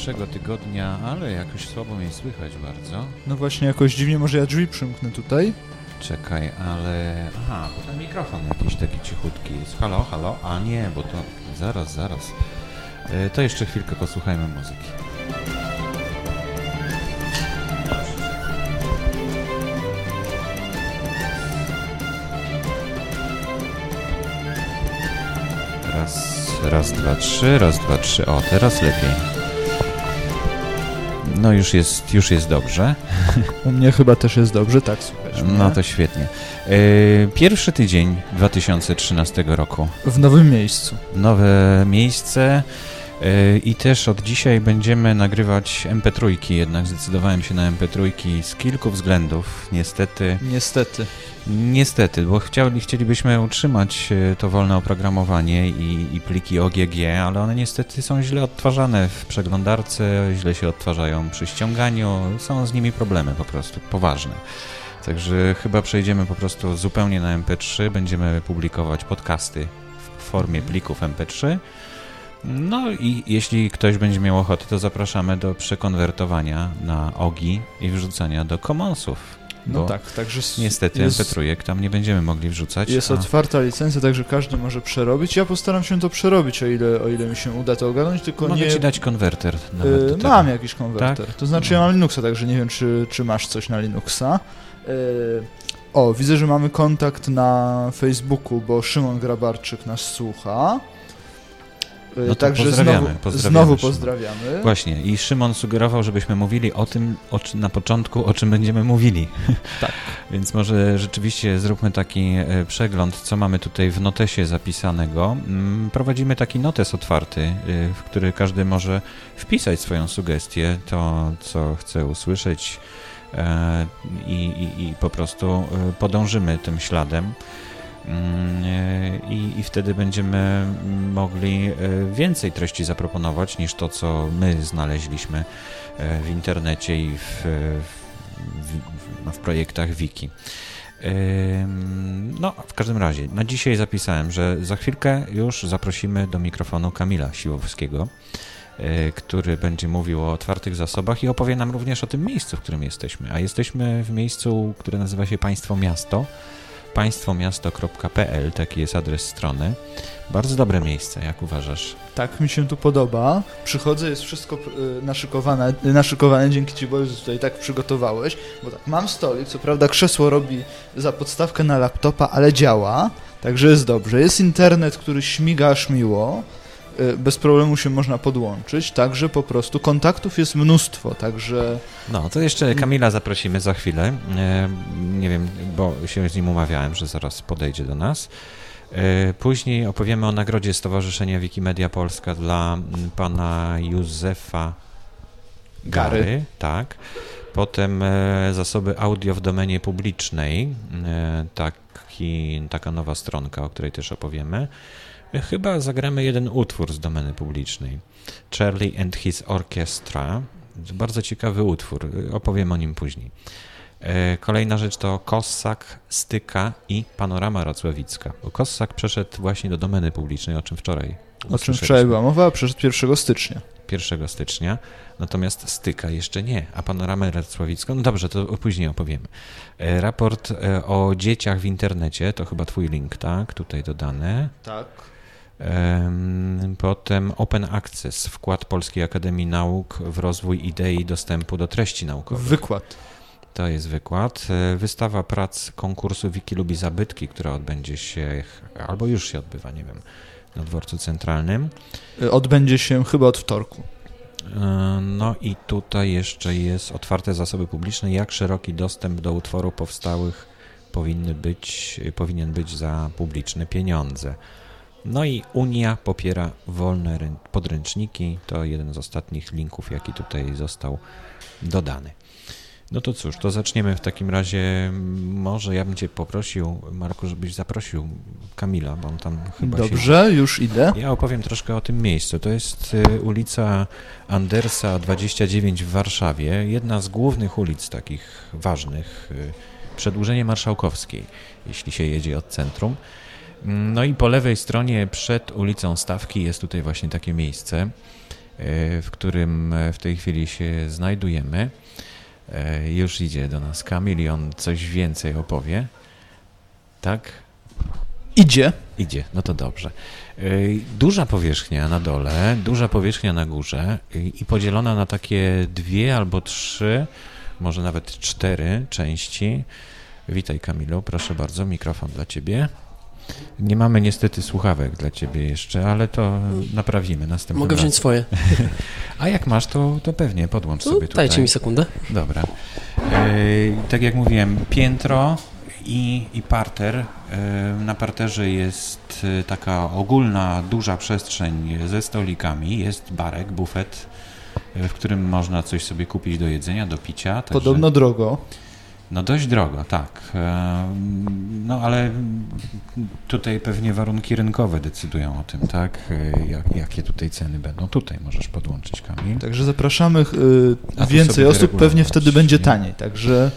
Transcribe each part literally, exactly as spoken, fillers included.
pierwszego tygodnia, ale jakoś słabo mnie słychać bardzo. No właśnie, jakoś dziwnie, może ja drzwi przymknę tutaj? Czekaj, ale... Aha, bo ten mikrofon jakiś taki cichutki jest. Halo, halo? A nie, bo to... Zaraz, zaraz. E, to jeszcze chwilkę posłuchajmy muzyki. Raz, raz, dwa, trzy, raz, dwa, trzy. O, teraz lepiej. No już jest, już jest dobrze. U mnie chyba też jest dobrze, tak, słuchaj. No to świetnie. Pierwszy tydzień dwa tysiące trzynastego roku. W nowym miejscu. Nowe miejsce i też od dzisiaj będziemy nagrywać em pe trzy, jednak zdecydowałem się na em pe trzy z kilku względów, niestety. Niestety. Niestety, bo chcieli, chcielibyśmy utrzymać to wolne oprogramowanie i, i pliki o ge gie, ale one niestety są źle odtwarzane w przeglądarce, źle się odtwarzają przy ściąganiu, są z nimi problemy po prostu, poważne. Także chyba przejdziemy po prostu zupełnie na em pe trzy, będziemy publikować podcasty w formie plików em pe trzy. No i jeśli ktoś będzie miał ochotę, to zapraszamy do przekonwertowania na ogi i wrzucania do Commonsów. No tak, także niestety jest, em pe trzy tam nie będziemy mogli wrzucać. Jest a... otwarta licencja, także każdy może przerobić. Ja postaram się to przerobić, o ile, o ile mi się uda to ogarnąć, tylko Mogę nie... ci dać konwerter nawet yy, do tego. Mam jakiś konwerter. Tak? To znaczy ja mam Linuxa, także nie wiem, czy, czy masz coś na Linuxa. Yy, o, widzę, że mamy kontakt na Facebooku, bo Szymon Grabarczyk nas słucha. No Także pozdrawiamy, znowu, pozdrawiamy znowu Szymon. pozdrawiamy. Właśnie, i Szymon sugerował, żebyśmy mówili o tym, o czym, na początku, o czym będziemy mówili. Tak. Więc może rzeczywiście zróbmy taki przegląd, co mamy tutaj w notesie zapisanego. Prowadzimy taki notes otwarty, w który każdy może wpisać swoją sugestię, to co chce usłyszeć i, i, i po prostu podążymy tym śladem. I, i wtedy będziemy mogli więcej treści zaproponować niż to, co my znaleźliśmy w internecie i w, w, w projektach wiki. No, w każdym razie, na dzisiaj zapisałem, że za chwilkę już zaprosimy do mikrofonu Kamila Siłowskiego, który będzie mówił o otwartych zasobach i opowie nam również o tym miejscu, w którym jesteśmy. A jesteśmy w miejscu, które nazywa się Państwo Miasto. państwo miasto kropka pe el, taki jest adres strony. Bardzo dobre miejsce, jak uważasz? Tak, mi się tu podoba. Przychodzę, jest wszystko naszykowane, naszykowane dzięki Ci, bo tutaj tak przygotowałeś. Bo tak, mam stolik, co prawda krzesło robi za podstawkę na laptopa, ale działa, także jest dobrze. Jest internet, który śmiga aż miło. Bez problemu się można podłączyć, także po prostu kontaktów jest mnóstwo, także... No, to jeszcze Kamila zaprosimy za chwilę, nie wiem, bo się z nim umawiałem, że zaraz podejdzie do nas. Później opowiemy o nagrodzie Stowarzyszenia Wikimedia Polska dla pana Józefa Gary, Gary. Tak. Potem zasoby audio w domenie publicznej, taki, taka nowa stronka, o której też opowiemy. Chyba zagramy jeden utwór z domeny publicznej. Charlie and his Orchestra. Bardzo ciekawy utwór. Opowiem o nim później. Kolejna rzecz to Kossak, Styka i Panorama Racławicka. Bo Kossak przeszedł właśnie do domeny publicznej, o czym wczoraj O czym wczoraj była mowa, a przeszedł pierwszego stycznia. pierwszego stycznia, natomiast Styka jeszcze nie, a Panoramę Racławicką, no dobrze, to później opowiemy. Raport o dzieciach w internecie, to chyba twój link, tak? Tutaj dodane. Tak. Potem Open Access, wkład Polskiej Akademii Nauk w rozwój idei dostępu do treści naukowych. Wykład. To jest wykład. Wystawa prac konkursu Wiki lubi zabytki, która odbędzie się, albo już się odbywa, nie wiem, na Dworcu Centralnym. Odbędzie się chyba od wtorku. No i tutaj jeszcze jest otwarte zasoby publiczne. Jak szeroki dostęp do utworów powstałych powinny być, powinien być za publiczne pieniądze. No i Unia popiera wolne podręczniki. To jeden z ostatnich linków, jaki tutaj został dodany. No to cóż, to zaczniemy w takim razie. Może ja bym Cię poprosił, Marku, żebyś zaprosił Kamila, bo on tam chyba Dobrze, się... już idę. Ja opowiem troszkę o tym miejscu. To jest ulica Andersa dwadzieścia dziewięć w Warszawie. Jedna z głównych ulic takich ważnych. Przedłużenie Marszałkowskiej, jeśli się jedzie od centrum. No i po lewej stronie przed ulicą Stawki jest tutaj właśnie takie miejsce. w którym w tej chwili się znajdujemy. Już idzie do nas Kamil i on coś więcej opowie. Tak? Idzie. Idzie, no to dobrze. Duża powierzchnia na dole, duża powierzchnia na górze i podzielona na takie dwie albo trzy, może nawet cztery części. Witaj Kamilu, proszę bardzo, mikrofon dla Ciebie. Nie mamy niestety słuchawek dla Ciebie jeszcze, ale to naprawimy następnym Mogę wziąć razem. swoje. A jak masz, to, to pewnie podłącz No, sobie tutaj. Dajcie mi sekundę. Dobra. Yy, tak jak mówiłem, piętro i, i parter. Yy, na parterze jest yy, taka ogólna, duża przestrzeń ze stolikami. Jest barek, bufet, yy, w którym można coś sobie kupić do jedzenia, do picia. Także... Podobno drogo. No dość drogo, tak. No ale tutaj pewnie warunki rynkowe decydują o tym, tak? Jak, jakie tutaj ceny będą. Tutaj możesz podłączyć, Kamil. Także zapraszamy y, więcej osób, pewnie wtedy będzie taniej, także...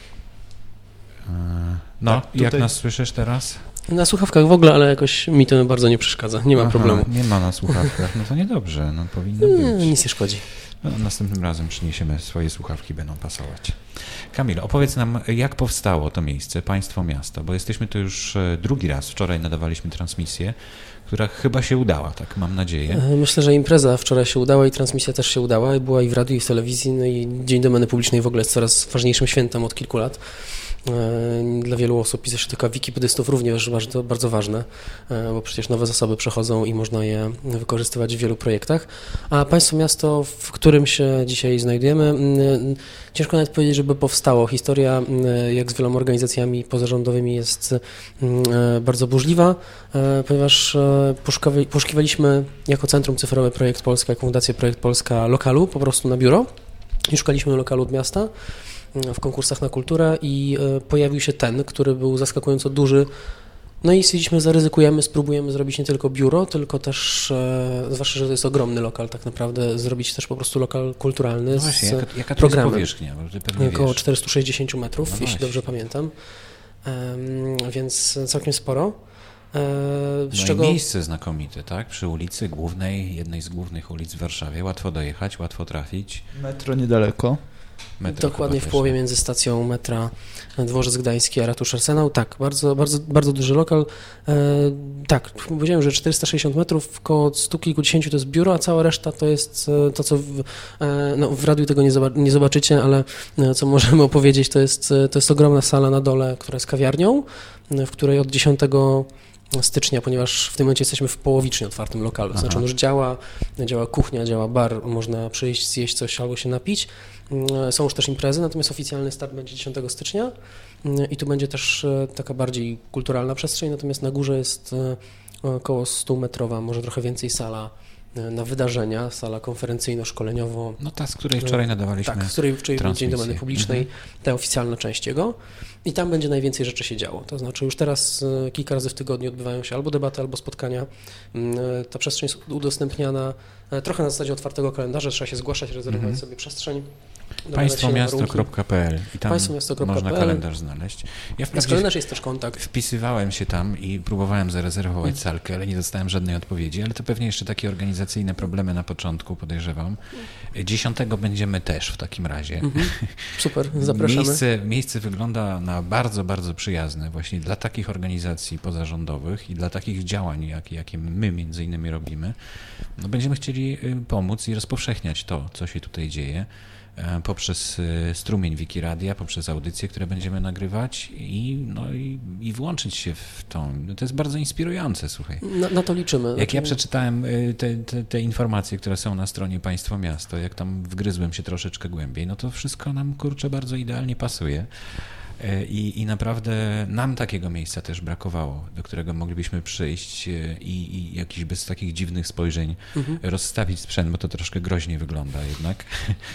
No, tak, tutaj... jak nas słyszysz teraz? Na słuchawkach w ogóle, ale jakoś mi to bardzo nie przeszkadza, nie ma Aha, problemu. Nie ma na słuchawkach, no to niedobrze, no powinno Nie, być. nic nie szkodzi. No, następnym razem przyniesiemy swoje słuchawki, będą pasować. Kamil, opowiedz nam, jak powstało to miejsce, Państwo Miasto, bo jesteśmy tu już drugi raz, wczoraj nadawaliśmy transmisję, która chyba się udała, tak mam nadzieję. Myślę, że impreza wczoraj się udała i transmisja też się udała, była i w radiu, i w telewizji, no i Dzień Domeny Publicznej w ogóle jest coraz ważniejszym świętem od kilku lat. Dla wielu osób i zresztą tylko wikipedystów również bardzo, bardzo ważne, bo przecież nowe zasoby przechodzą i można je wykorzystywać w wielu projektach. A Państwo Miasto, w którym się dzisiaj znajdujemy, ciężko nawet powiedzieć, żeby powstało. Historia, jak z wieloma organizacjami pozarządowymi, jest bardzo burzliwa, ponieważ poszukiwaliśmy jako Centrum Cyfrowe Projekt Polska, jako Fundację Projekt Polska lokalu po prostu na biuro i szukaliśmy lokalu od miasta w konkursach na kulturę i pojawił się ten, który był zaskakująco duży. No i stwierdziliśmy, zaryzykujemy, spróbujemy zrobić nie tylko biuro, tylko też, e, zwłaszcza, że to jest ogromny lokal tak naprawdę, zrobić też po prostu lokal kulturalny no właśnie, z jaka, jaka to programem. jest powierzchnia? Bo ty pewnie Około wiesz. czterysta sześćdziesiąt metrów, No jeśli właśnie. dobrze pamiętam, um, więc całkiem sporo. E, z No czego... i miejsce znakomite, tak? Przy ulicy głównej, jednej z głównych ulic w Warszawie, łatwo dojechać, łatwo trafić. Metro niedaleko. Metro Dokładnie w chyba połowie też, między stacją metra Dworzec Gdański a Ratusz Arsenał. Tak, bardzo, bardzo, bardzo duży lokal. E, tak, powiedziałem, że czterysta sześćdziesiąt metrów, około stu kilkudziesięciu to jest biuro, a cała reszta to jest e, to, co w, e, no, w radiu tego nie, zobac- nie zobaczycie, ale e, co możemy opowiedzieć, to jest, to jest ogromna sala na dole, która jest kawiarnią, w której od dziesiątego stycznia, ponieważ w tym momencie jesteśmy w połowicznie otwartym lokalu. To znaczy, on już działa, działa kuchnia, działa bar, można przyjść, zjeść coś albo się napić. Są już też imprezy, natomiast oficjalny start będzie dziesiątego stycznia i tu będzie też taka bardziej kulturalna przestrzeń, natomiast na górze jest około stumetrowa, może trochę więcej sala na wydarzenia, sala konferencyjno-szkoleniowo. No ta, z której wczoraj nadawaliśmy Tak, z której wczoraj był Dzień Domeny Publicznej, mhm. ta oficjalna część jego. I tam będzie najwięcej rzeczy się działo. To znaczy już teraz e, kilka razy w tygodniu odbywają się albo debaty, albo spotkania. E, ta przestrzeń jest udostępniana e, trochę na zasadzie otwartego kalendarza, trzeba się zgłaszać, rezerwować mhm. sobie przestrzeń. państwo miasto kropka p l i tam można kalendarz znaleźć. Ja wprawdzie kalendarz jest też kontakt. Wpisywałem się tam i próbowałem zarezerwować salkę, ale nie dostałem żadnej odpowiedzi, ale to pewnie jeszcze takie organizacyjne problemy na początku, podejrzewam. Dziesiątego będziemy też w takim razie. Mhm. Super, zapraszamy. Miejsce, miejsce wygląda na bardzo, bardzo przyjazne właśnie dla takich organizacji pozarządowych i dla takich działań, jakie, jakie my między innymi robimy. No, będziemy chcieli pomóc i rozpowszechniać to, co się tutaj dzieje, poprzez strumień Wikiradia, poprzez audycje, które będziemy nagrywać i, no, i, i włączyć się w to. No, to jest bardzo inspirujące, słuchaj. Na, na to liczymy. Jak ja przeczytałem te, te, te informacje, które są na stronie Państwo Miasto, jak tam wgryzłem się troszeczkę głębiej, no to wszystko nam, kurczę, bardzo idealnie pasuje. I, I naprawdę nam takiego miejsca też brakowało, do którego moglibyśmy przyjść i, i jakiś bez takich dziwnych spojrzeń mhm. rozstawić sprzęt, bo to troszkę groźnie wygląda jednak.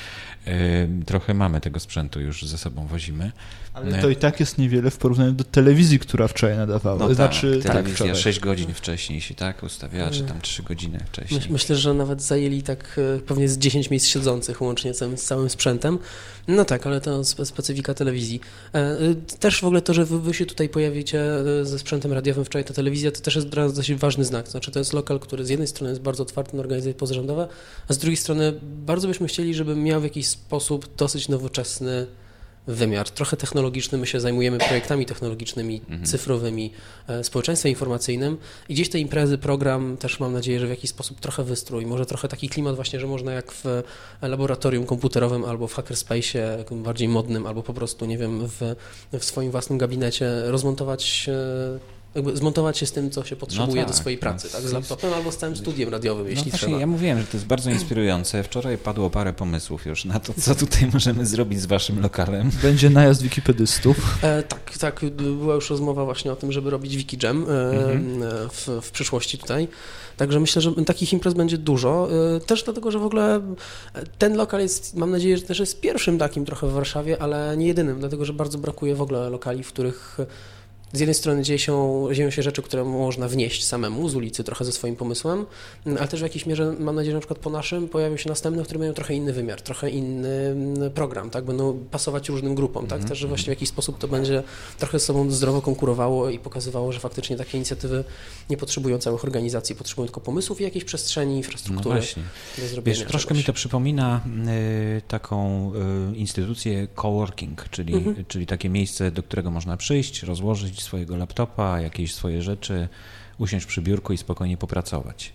Trochę mamy tego sprzętu już ze sobą wozimy. Ale to i tak jest niewiele w porównaniu do telewizji, która wczoraj nadawała. No znaczy, tak, telewizja tak, sześć godzin wcześniej się tak ustawiała, czy tam trzy godziny wcześniej. Myśl, myślę, że nawet zajęli tak pewnie z dziesięć miejsc siedzących łącznie z całym sprzętem. No tak, ale to specyfika telewizji. Też w ogóle to, że wy, wy się tutaj pojawicie ze sprzętem radiowym wczoraj, ta telewizja, to też jest dla nas dosyć ważny znak. Znaczy to jest lokal, który z jednej strony jest bardzo otwarty na organizacje pozarządowe, a z drugiej strony bardzo byśmy chcieli, żeby miał w jakiś sposób dosyć nowoczesny wymiar, trochę technologiczny. My się zajmujemy projektami technologicznymi, mhm. cyfrowymi, e, społeczeństwem informacyjnym i gdzieś te imprezy, program też mam nadzieję, że w jakiś sposób trochę wystrój, może trochę taki klimat właśnie, że można jak w laboratorium komputerowym albo w hackerspace'ie bardziej modnym, albo po prostu, nie wiem, w, w swoim własnym gabinecie rozmontować e, jakby zmontować się z tym, co się potrzebuje no tak, do swojej pracy, no, tak, z laptopem albo z całym studiem radiowym, no jeśli właśnie, trzeba. Ja mówiłem, że to jest bardzo inspirujące. Wczoraj padło parę pomysłów już na to, co tutaj możemy zrobić z waszym lokalem. Będzie najazd wikipedystów. E, tak, tak, była już rozmowa właśnie o tym, żeby robić Wikijam e, mhm. w, w przyszłości tutaj. Także myślę, że takich imprez będzie dużo. E, też dlatego, że w ogóle ten lokal jest, mam nadzieję, że też jest pierwszym takim trochę w Warszawie, ale nie jedynym, dlatego, że bardzo brakuje w ogóle lokali, w których z jednej strony dzieje się, dzieją się rzeczy, które można wnieść samemu z ulicy, trochę ze swoim pomysłem, ale też w jakiejś mierze, mam nadzieję, że na przykład po naszym pojawią się następne, które mają trochę inny wymiar, trochę inny program, tak? Będą pasować różnym grupom, tak? Też, że właśnie w jakiś sposób to będzie trochę z sobą zdrowo konkurowało i pokazywało, że faktycznie takie inicjatywy nie potrzebują całych organizacji, potrzebują tylko pomysłów i jakiejś przestrzeni, infrastruktury. No właśnie. Do zrobienia Wiesz, troszkę mi to przypomina y, taką y, instytucję coworking, czyli, mhm. czyli takie miejsce, do którego można przyjść, rozłożyć swojego laptopa, jakieś swoje rzeczy, usiąść przy biurku i spokojnie popracować.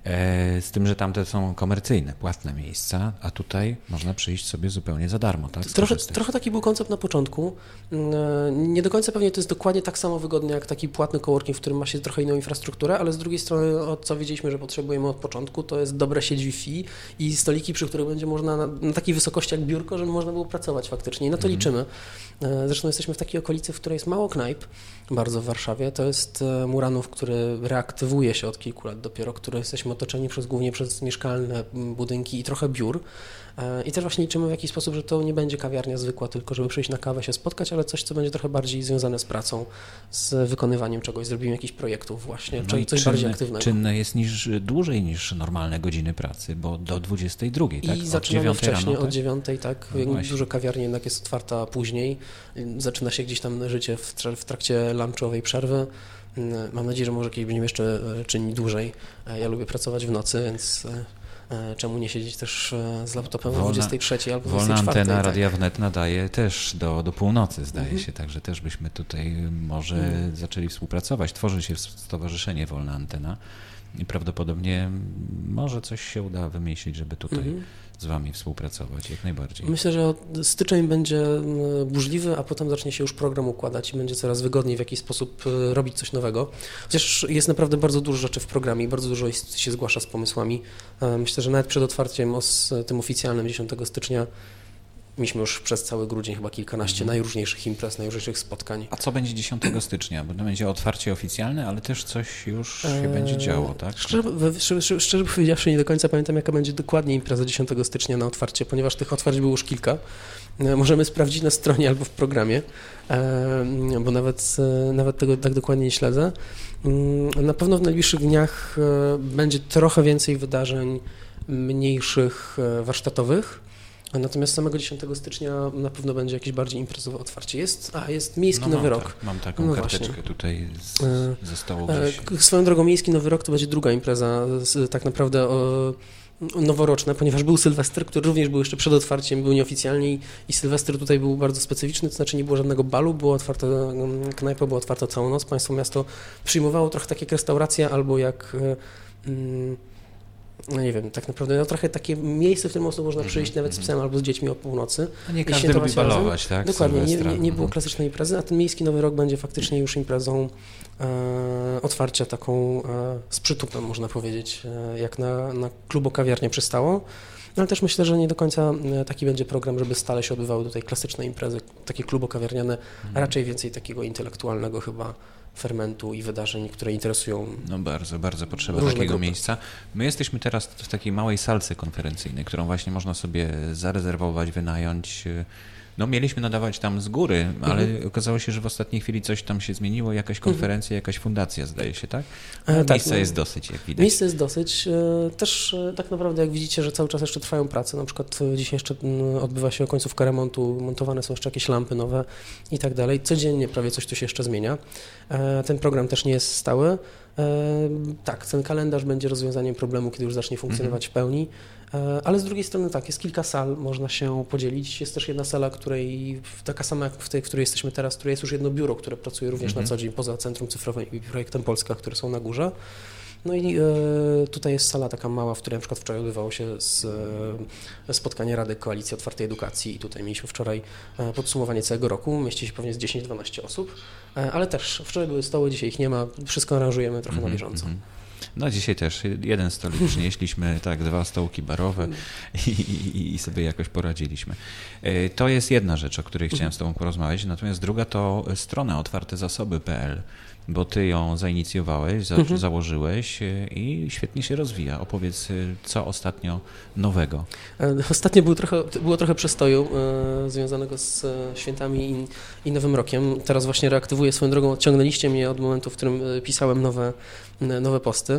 Z tym, że tamte są komercyjne, płatne miejsca, a tutaj można przyjść sobie zupełnie za darmo. Tak? Trochę, trochę taki był koncept na początku. Nie do końca pewnie to jest dokładnie tak samo wygodnie jak taki płatny coworking, w którym ma się trochę inną infrastrukturę, ale z drugiej strony, od co wiedzieliśmy, że potrzebujemy od początku, to jest dobra sieć Wi-Fi i stoliki, przy których będzie można na, na takiej wysokości jak biurko, żeby można było pracować faktycznie i na to mhm. liczymy. Zresztą jesteśmy w takiej okolicy, w której jest mało knajp, bardzo w Warszawie. To jest Muranów, który reaktywuje się od kilku lat dopiero, który jesteśmy otoczeni przez, głównie przez mieszkalne budynki i trochę biur. I też właśnie liczymy w jakiś sposób, że to nie będzie kawiarnia zwykła, tylko żeby przyjść na kawę, się spotkać, ale coś, co będzie trochę bardziej związane z pracą, z wykonywaniem czegoś, zrobimy jakichś projektów właśnie, no coś czynne, bardziej aktywnego. Czynne jest niż, dłużej niż normalne godziny pracy, bo do dwudziestej drugiej, tak? I zaczynamy wcześniej, rano, tak? od dziewiątej, tak. No dużo kawiarni jednak jest otwarta później. Zaczyna się gdzieś tam życie w, w trakcie lunchowej przerwy. Mam nadzieję, że może kiedyś będziemy jeszcze czynić dłużej. Ja lubię pracować w nocy, więc czemu nie siedzieć też z laptopem o dwudziestej trzeciej albo dwudziestej czwartej. Wolna antena tak? Radia Wnet nadaje też do, do północy, zdaje mhm. się, także też byśmy tutaj może mhm. zaczęli współpracować. Tworzy się stowarzyszenie Wolna Antena i prawdopodobnie może coś się uda wymyślić, żeby tutaj mhm. z wami współpracować, jak najbardziej. Myślę, że styczeń będzie burzliwy, a potem zacznie się już program układać i będzie coraz wygodniej w jakiś sposób robić coś nowego. Chociaż jest naprawdę bardzo dużo rzeczy w programie i bardzo dużo jest, się zgłasza z pomysłami. Myślę, że nawet przed otwarciem os, tym oficjalnym dziesiątego stycznia mieliśmy już przez cały grudzień chyba kilkanaście mm. najróżniejszych imprez, najróżniejszych spotkań. A co będzie dziesiątego stycznia? Bo to będzie otwarcie oficjalne, ale też coś już się eee, będzie działo, tak? Szczerze, szczerze, szczerze powiedziawszy, nie do końca pamiętam, jaka będzie dokładnie impreza dziesiątego stycznia na otwarcie, ponieważ tych otwarć było już kilka. Możemy sprawdzić na stronie albo w programie, bo nawet, nawet tego tak dokładnie nie śledzę. Na pewno w najbliższych dniach będzie trochę więcej wydarzeń mniejszych, warsztatowych. Natomiast samego dziesiątego stycznia na pewno będzie jakieś bardziej imprezowe otwarcie. Jest, a jest Miejski no Nowy mam Rok. Tak, mam taką no karteczkę właśnie. Tutaj z, ze stołu gdzieś. Swoją drogą Miejski Nowy Rok to będzie druga impreza, tak naprawdę o, noworoczna, ponieważ był Sylwester, który również był jeszcze przed otwarciem, był nieoficjalnie i Sylwester tutaj był bardzo specyficzny, to znaczy nie było żadnego balu, była otwarta knajpa, była otwarta całą noc. Państwo miasto przyjmowało trochę tak jak restauracja albo jak... Mm, no nie wiem, tak naprawdę no trochę takie miejsce, w którym można mm-hmm, przyjść nawet z psem albo z dziećmi o północy. A nie każdy lubi balować, tak? Dokładnie, nie, nie, nie było klasycznej imprezy, a ten Miejski Nowy Rok będzie faktycznie już imprezą e, otwarcia taką e, z przytupem, można powiedzieć, e, jak na, na klubo-kawiarnię przystało. No, ale też myślę, że nie do końca taki będzie program, żeby stale się odbywały tutaj klasyczne imprezy, takie klubo-kawiarniane, mm. raczej więcej takiego intelektualnego chyba fermentu i wydarzeń, które interesują. No bardzo, bardzo potrzeba takiego grupy. Miejsca. My jesteśmy teraz w takiej małej salce konferencyjnej, którą właśnie można sobie zarezerwować, wynająć. No mieliśmy nadawać tam z góry, ale mhm. okazało się, że w ostatniej chwili coś tam się zmieniło, jakaś konferencja, jakaś fundacja zdaje się, tak? No, E, miejsca tak, no, jest dosyć, jak widać. Miejsce jest dosyć. E, też e, tak naprawdę jak widzicie, że cały czas jeszcze trwają prace, na przykład e, dzisiaj jeszcze m, odbywa się końcówka remontu, montowane są jeszcze jakieś lampy nowe i tak dalej. Codziennie prawie coś tu się jeszcze zmienia. E, ten program też nie jest stały. E, tak, ten kalendarz będzie rozwiązaniem problemu, kiedy już zacznie funkcjonować mhm. w pełni. Ale z drugiej strony tak, jest kilka sal, można się podzielić. Jest też jedna sala, której, taka sama jak w tej, w której jesteśmy teraz, w której jest już jedno biuro, które pracuje również mm-hmm. na co dzień poza Centrum Cyfrowym i Projektem Polska, które są na górze. No i e, tutaj jest sala taka mała, w której na przykład wczoraj odbywało się z, e, spotkanie Rady Koalicji Otwartej Edukacji i tutaj mieliśmy wczoraj e, podsumowanie całego roku, mieści się pewnie z dziesięć do dwunastu osób, e, ale też wczoraj były stoły, dzisiaj ich nie ma, wszystko aranżujemy trochę mm-hmm. na bieżąco. No dzisiaj też jeden stolik przynieśliśmy, tak, dwa stołki barowe i, i, i sobie jakoś poradziliśmy. To jest jedna rzecz, o której chciałem z Tobą porozmawiać, natomiast druga to strona otwarte zasoby kropka pe el, bo Ty ją zainicjowałeś, za, mhm. założyłeś i świetnie się rozwija. Opowiedz, co ostatnio nowego. Ostatnio był trochę, było trochę przestoju e, związanego z świętami i, i Nowym Rokiem. Teraz właśnie reaktywuję swoją drogą. Odciągnęliście mnie od momentu, w którym pisałem nowe, nowe posty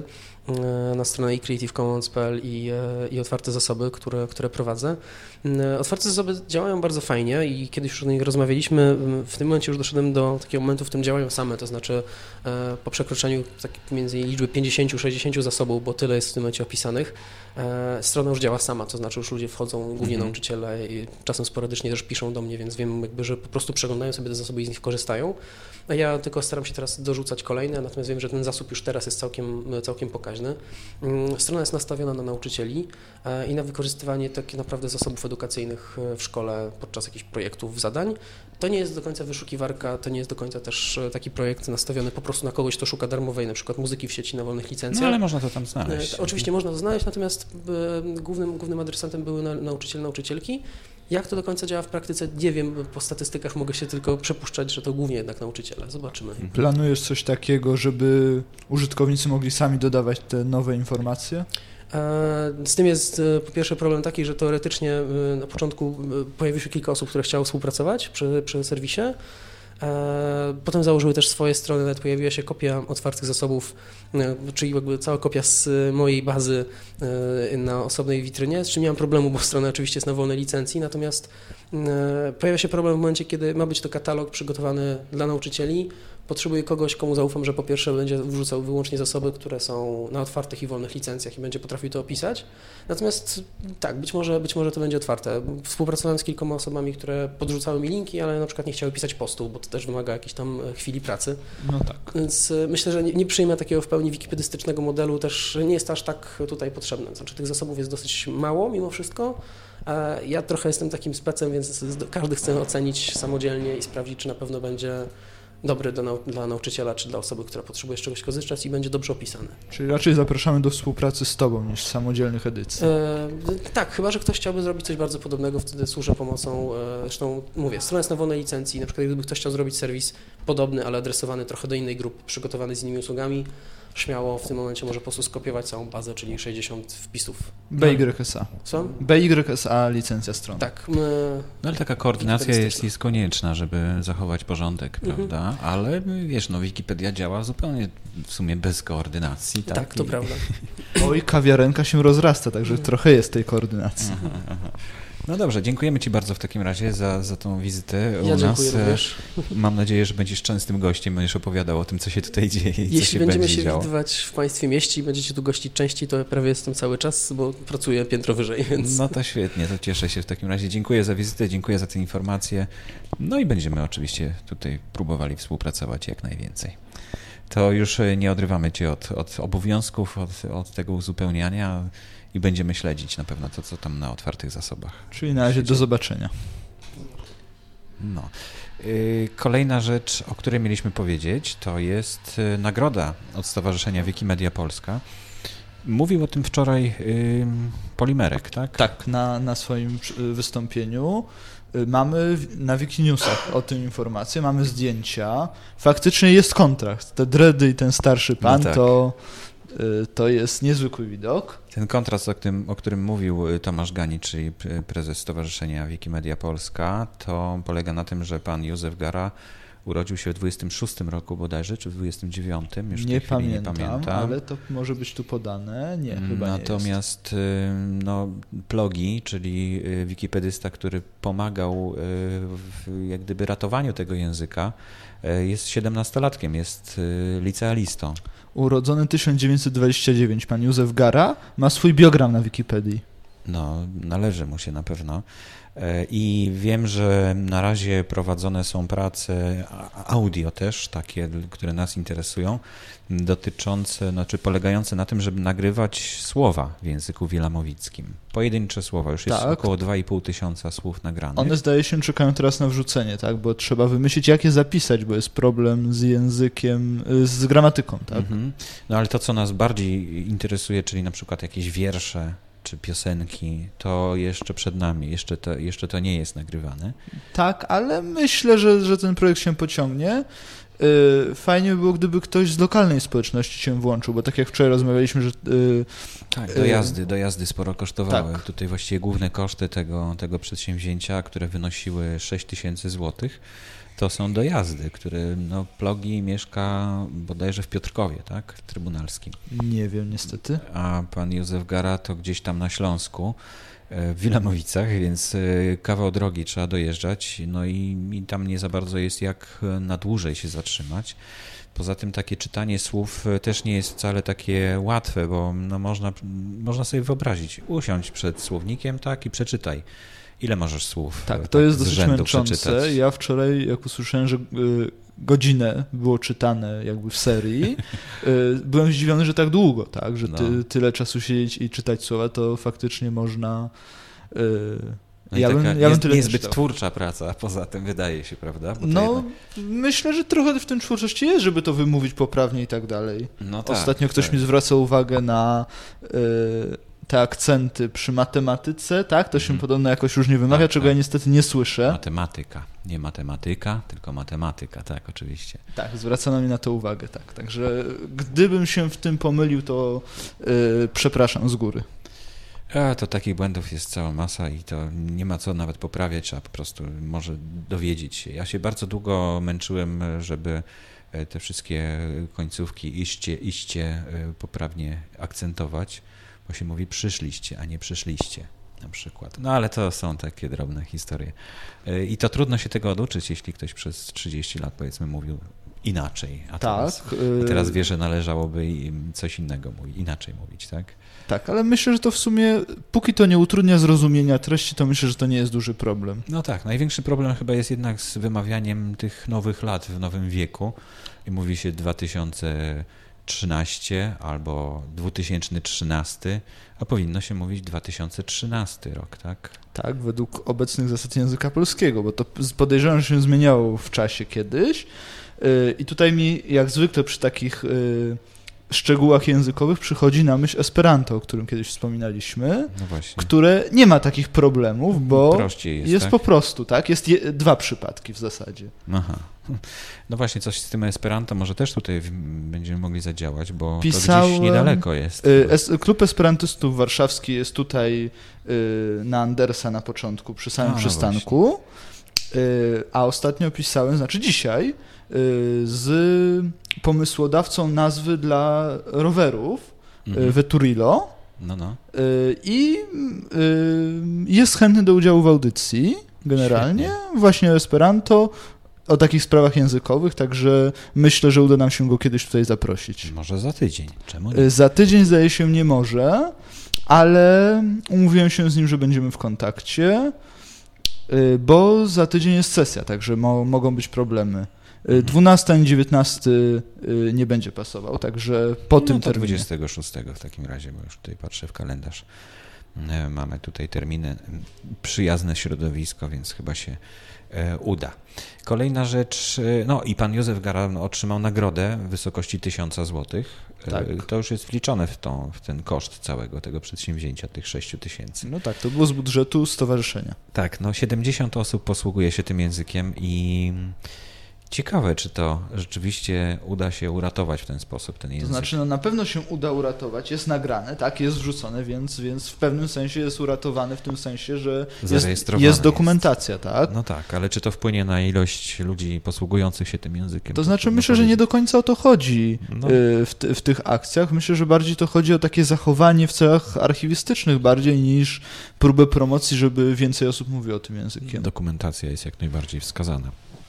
na stronę i Creative Commons kropka pe el i, i otwarte zasoby, które, które prowadzę. Otwarte zasoby działają bardzo fajnie i kiedyś już o nich rozmawialiśmy. W tym momencie już doszedłem do takiego momentu, w którym działają same, to znaczy po przekroczeniu tak między liczby pięćdziesiąt do sześćdziesięciu zasobów, bo tyle jest w tym momencie opisanych, strona już działa sama, to znaczy już ludzie wchodzą, głównie mm-hmm. nauczyciele i czasem sporadycznie też piszą do mnie, więc wiem jakby, że po prostu przeglądają sobie te zasoby i z nich korzystają. A ja tylko staram się teraz dorzucać kolejne, natomiast wiem, że ten zasób już teraz jest całkiem, całkiem pokaźny. Strona jest nastawiona na nauczycieli i na wykorzystywanie tak naprawdę zasobów edukacyjnych w szkole podczas jakichś projektów, zadań. To nie jest do końca wyszukiwarka, to nie jest do końca też taki projekt nastawiony po prostu na kogoś, kto szuka darmowej, na przykład muzyki w sieci na wolnych licencjach. No ale można to tam znaleźć. Oczywiście można to znaleźć, natomiast głównym, głównym adresatem były nauczyciele, nauczycielki. Jak to do końca działa w praktyce, nie wiem, po statystykach mogę się tylko przepuszczać, że to głównie jednak nauczyciele. Zobaczymy. Planujesz coś takiego, żeby użytkownicy mogli sami dodawać te nowe informacje? Z tym jest po pierwsze problem taki, że teoretycznie na początku pojawiło się kilka osób, które chciały współpracować przy, przy serwisie. Potem założyły też swoje strony, nawet pojawiła się kopia otwartych zasobów, czyli jakby cała kopia z mojej bazy na osobnej witrynie, z czym nie mam problemu, bo strona oczywiście jest na wolnej licencji, natomiast pojawia się problem w momencie, kiedy ma być to katalog przygotowany dla nauczycieli. Potrzebuję kogoś, komu zaufam, że po pierwsze będzie wrzucał wyłącznie zasoby, które są na otwartych i wolnych licencjach i będzie potrafił to opisać. Natomiast tak, być może, być może to będzie otwarte. Współpracowałem z kilkoma osobami, które podrzucały mi linki, ale na przykład nie chciały pisać postu, bo to też wymaga jakiejś tam chwili pracy. No tak. Więc myślę, że nie, nie przyjmę takiego w pełni wikipedystycznego modelu, też nie jest aż tak tutaj potrzebne. Znaczy tych zasobów jest dosyć mało mimo wszystko. Ja trochę jestem takim specem, więc każdy chce ocenić samodzielnie i sprawdzić, czy na pewno będzie dobry do nau- dla nauczyciela, czy dla osoby, która potrzebuje z czegoś korzystać i będzie dobrze opisany. Czyli raczej zapraszamy do współpracy z Tobą niż samodzielnych edycji. E, tak, chyba że ktoś chciałby zrobić coś bardzo podobnego, wtedy służę pomocą, e, zresztą mówię, strona jest na wolnej licencji, na przykład gdyby ktoś chciał zrobić serwis podobny, ale adresowany trochę do innej grupy, przygotowany z innymi usługami, śmiało w tym momencie może po prostu skopiować całą bazę, czyli sześćdziesiąt wpisów. B Y S A. Co? B Y S A licencja strony. Tak. My... No ale taka koordynacja jest, jest konieczna, żeby zachować porządek, prawda? Mhm. Ale wiesz, no Wikipedia działa zupełnie w sumie bez koordynacji. Tak, tak to I... prawda. Oj, kawiarenka się rozrasta, także trochę jest tej koordynacji. Aha, aha. No dobrze, dziękujemy Ci bardzo w takim razie za, za tą wizytę u ja nas. Dziękuję również. Mam nadzieję, że będziesz częstym gościem, będziesz opowiadał o tym, co się tutaj dzieje i Jeśli co się będziemy będzie się działo. widywać w Państwie mieście i będziecie tu gościć częściej, to ja prawie jestem cały czas, bo pracuję piętro wyżej, więc... No to świetnie, to cieszę się w takim razie. Dziękuję za wizytę, dziękuję za te informacje. No i będziemy oczywiście tutaj próbowali współpracować jak najwięcej. To już nie odrywamy Cię od, od obowiązków, od, od tego uzupełniania i będziemy śledzić na pewno to, co tam na otwartych zasobach. Czyli na razie do zobaczenia. No. Kolejna rzecz, o której mieliśmy powiedzieć, to jest nagroda od Stowarzyszenia Wikimedia Polska. Mówił o tym wczoraj Polimerek, tak? Tak, na, na swoim wystąpieniu. Mamy na Wikinewsach o tym informację, mamy zdjęcia. Faktycznie jest kontrakt. Te dready i ten starszy pan, no tak. to To jest niezwykły widok. Ten kontrast, o którym, o którym mówił Tomasz Gani, czyli prezes Stowarzyszenia Wikimedia Polska, to polega na tym, że pan Józef Gara urodził się w dwudziestym szóstym roku bodajże, czy w dwudziestym dziewiątym, już nie w tej chwili pamiętam, nie pamiętam. Ale to może być tu podane. Nie, chyba Natomiast nie jest. no, Plogi, czyli wikipedysta, który pomagał w jak gdyby ratowaniu tego języka, jest siedemnastolatkiem, jest licealistą. Urodzony tysiąc dziewięćset dwudziesty dziewiąty, pan Józef Gara ma swój biogram na Wikipedii. No, należy mu się na pewno. I wiem, że na razie prowadzone są prace audio też, takie, które nas interesują, dotyczące, znaczy polegające na tym, żeby nagrywać słowa w języku wielamowickim. Pojedyncze słowa, już jest tak. około dwa i pół tysiąca słów nagranych. One zdaje się czekają teraz na wrzucenie, tak? Bo trzeba wymyślić, jak je zapisać, bo jest problem z językiem, z gramatyką, tak? Mhm. No ale to, co nas bardziej interesuje, czyli na przykład jakieś wiersze, czy piosenki, to jeszcze przed nami, jeszcze to, jeszcze to nie jest nagrywane. Tak, ale myślę, że, że ten projekt się pociągnie. Fajnie by było, gdyby ktoś z lokalnej społeczności się włączył, bo tak jak wczoraj rozmawialiśmy, że... Tak, dojazdy, dojazdy sporo kosztowały. Tak. Tutaj właściwie główne koszty tego, tego przedsięwzięcia, które wynosiły sześć tysięcy złotych, to są dojazdy, które no, Plogi mieszka bodajże w Piotrkowie, tak, trybunalskim. Nie wiem niestety. A pan Józef Gara to gdzieś tam na Śląsku, w Wilamowicach, więc kawał drogi trzeba dojeżdżać, no i, i tam nie za bardzo jest jak na dłużej się zatrzymać. Poza tym takie czytanie słów też nie jest wcale takie łatwe, bo no można, można sobie wyobrazić, usiądź przed słownikiem, tak, i przeczytaj. Ile możesz słów? Tak, to jest dosyć męczące. Przeczytać? Ja wczoraj, jak usłyszałem, że y, godzinę było czytane jakby w serii, y, byłem zdziwiony, że tak długo, tak, że ty, no. tyle czasu siedzieć i czytać słowa, to faktycznie można... Y, no ja bym, taka ja bym jest, tyle niezbyt nie twórcza praca, poza tym wydaje się, prawda? Bo no, jedno... myślę, że trochę w tym twórczości jest, żeby to wymówić poprawnie i tak dalej. No tak, Ostatnio ktoś tak. mi zwracał uwagę na... Y, te akcenty przy matematyce, tak? To się hmm. podobno jakoś różnie wymawia, tak, czego tak. ja niestety nie słyszę. Matematyka. Nie matematyka, tylko matematyka, tak, oczywiście. Tak, zwracano mi na to uwagę, tak. Także gdybym się w tym pomylił, to yy, przepraszam z góry. A, to takich błędów jest cała masa i to nie ma co nawet poprawiać, trzeba po prostu może dowiedzieć się. Ja się bardzo długo męczyłem, żeby te wszystkie końcówki iście, iście poprawnie akcentować, bo się mówi przyszliście, a nie przyszliście na przykład. No ale to są takie drobne historie. I to trudno się tego oduczyć, jeśli ktoś przez trzydzieści lat powiedzmy mówił inaczej, a teraz, tak, a teraz wie, że należałoby im coś innego mówić, inaczej mówić, tak? Tak, ale myślę, że to w sumie, póki to nie utrudnia zrozumienia treści, to myślę, że to nie jest duży problem. No tak, największy problem chyba jest jednak z wymawianiem tych nowych lat w nowym wieku i mówi się dwa tysiące trzynaście albo dwa tysiące trzynasty, a powinno się mówić dwa tysiące trzynasty rok, tak? Tak, według obecnych zasad języka polskiego, bo to podejrzewam, że się zmieniało w czasie kiedyś i tutaj mi jak zwykle przy takich szczegółach językowych przychodzi na myśl Esperanto, o którym kiedyś wspominaliśmy, no właśnie. które nie ma takich problemów, bo Prościej jest, jest tak? po prostu, tak? Jest je, dwa przypadki w zasadzie. Aha. No właśnie, coś z tym Esperanto może też tutaj będziemy mogli zadziałać, bo Pisałem, to gdzieś niedaleko jest. Es, Klub Esperantystów Warszawski jest tutaj y, na Andersa na początku, przy samym a, przystanku, y, a ostatnio pisałem, znaczy dzisiaj, y, z pomysłodawcą nazwy dla rowerów, mhm. y, Veturillo. No, no. Y, I y, jest chętny do udziału w audycji generalnie, Świetnie. właśnie o Esperanto, o takich sprawach językowych, także myślę, że uda nam się go kiedyś tutaj zaprosić. Może za tydzień, czemu nie? Za tydzień zdaje się nie może, ale umówiłem się z nim, że będziemy w kontakcie, bo za tydzień jest sesja, także mo- mogą być problemy. dwunasty ani dziewiętnasty nie będzie pasował, także po no tym to terminie. dwudziestego szóstego w takim razie, bo już tutaj patrzę w kalendarz. Mamy tutaj terminy, przyjazne środowisko, więc chyba się uda. Kolejna rzecz, no i pan Józef Gara otrzymał nagrodę w wysokości tysiąca złotych. Tak. To już jest wliczone w, tą, w ten koszt całego tego przedsięwzięcia, tych sześciu tysięcy. No tak, to było z budżetu stowarzyszenia. Tak, no siedemdziesiąt osób posługuje się tym językiem i Ciekawe, czy to rzeczywiście uda się uratować w ten sposób ten język. To znaczy, no na pewno się uda uratować, jest nagrane, tak, jest wrzucone, więc, więc w pewnym sensie jest uratowany w tym sensie, że jest, jest dokumentacja, jest. tak? No tak, ale czy to wpłynie na ilość ludzi posługujących się tym językiem? To znaczy, myślę, że nie do końca o to chodzi no. w, w tych akcjach. Myślę, że bardziej to chodzi o takie zachowanie w celach archiwistycznych bardziej niż próbę promocji, żeby więcej osób mówiło tym językiem. Dokumentacja jest jak najbardziej wskazana.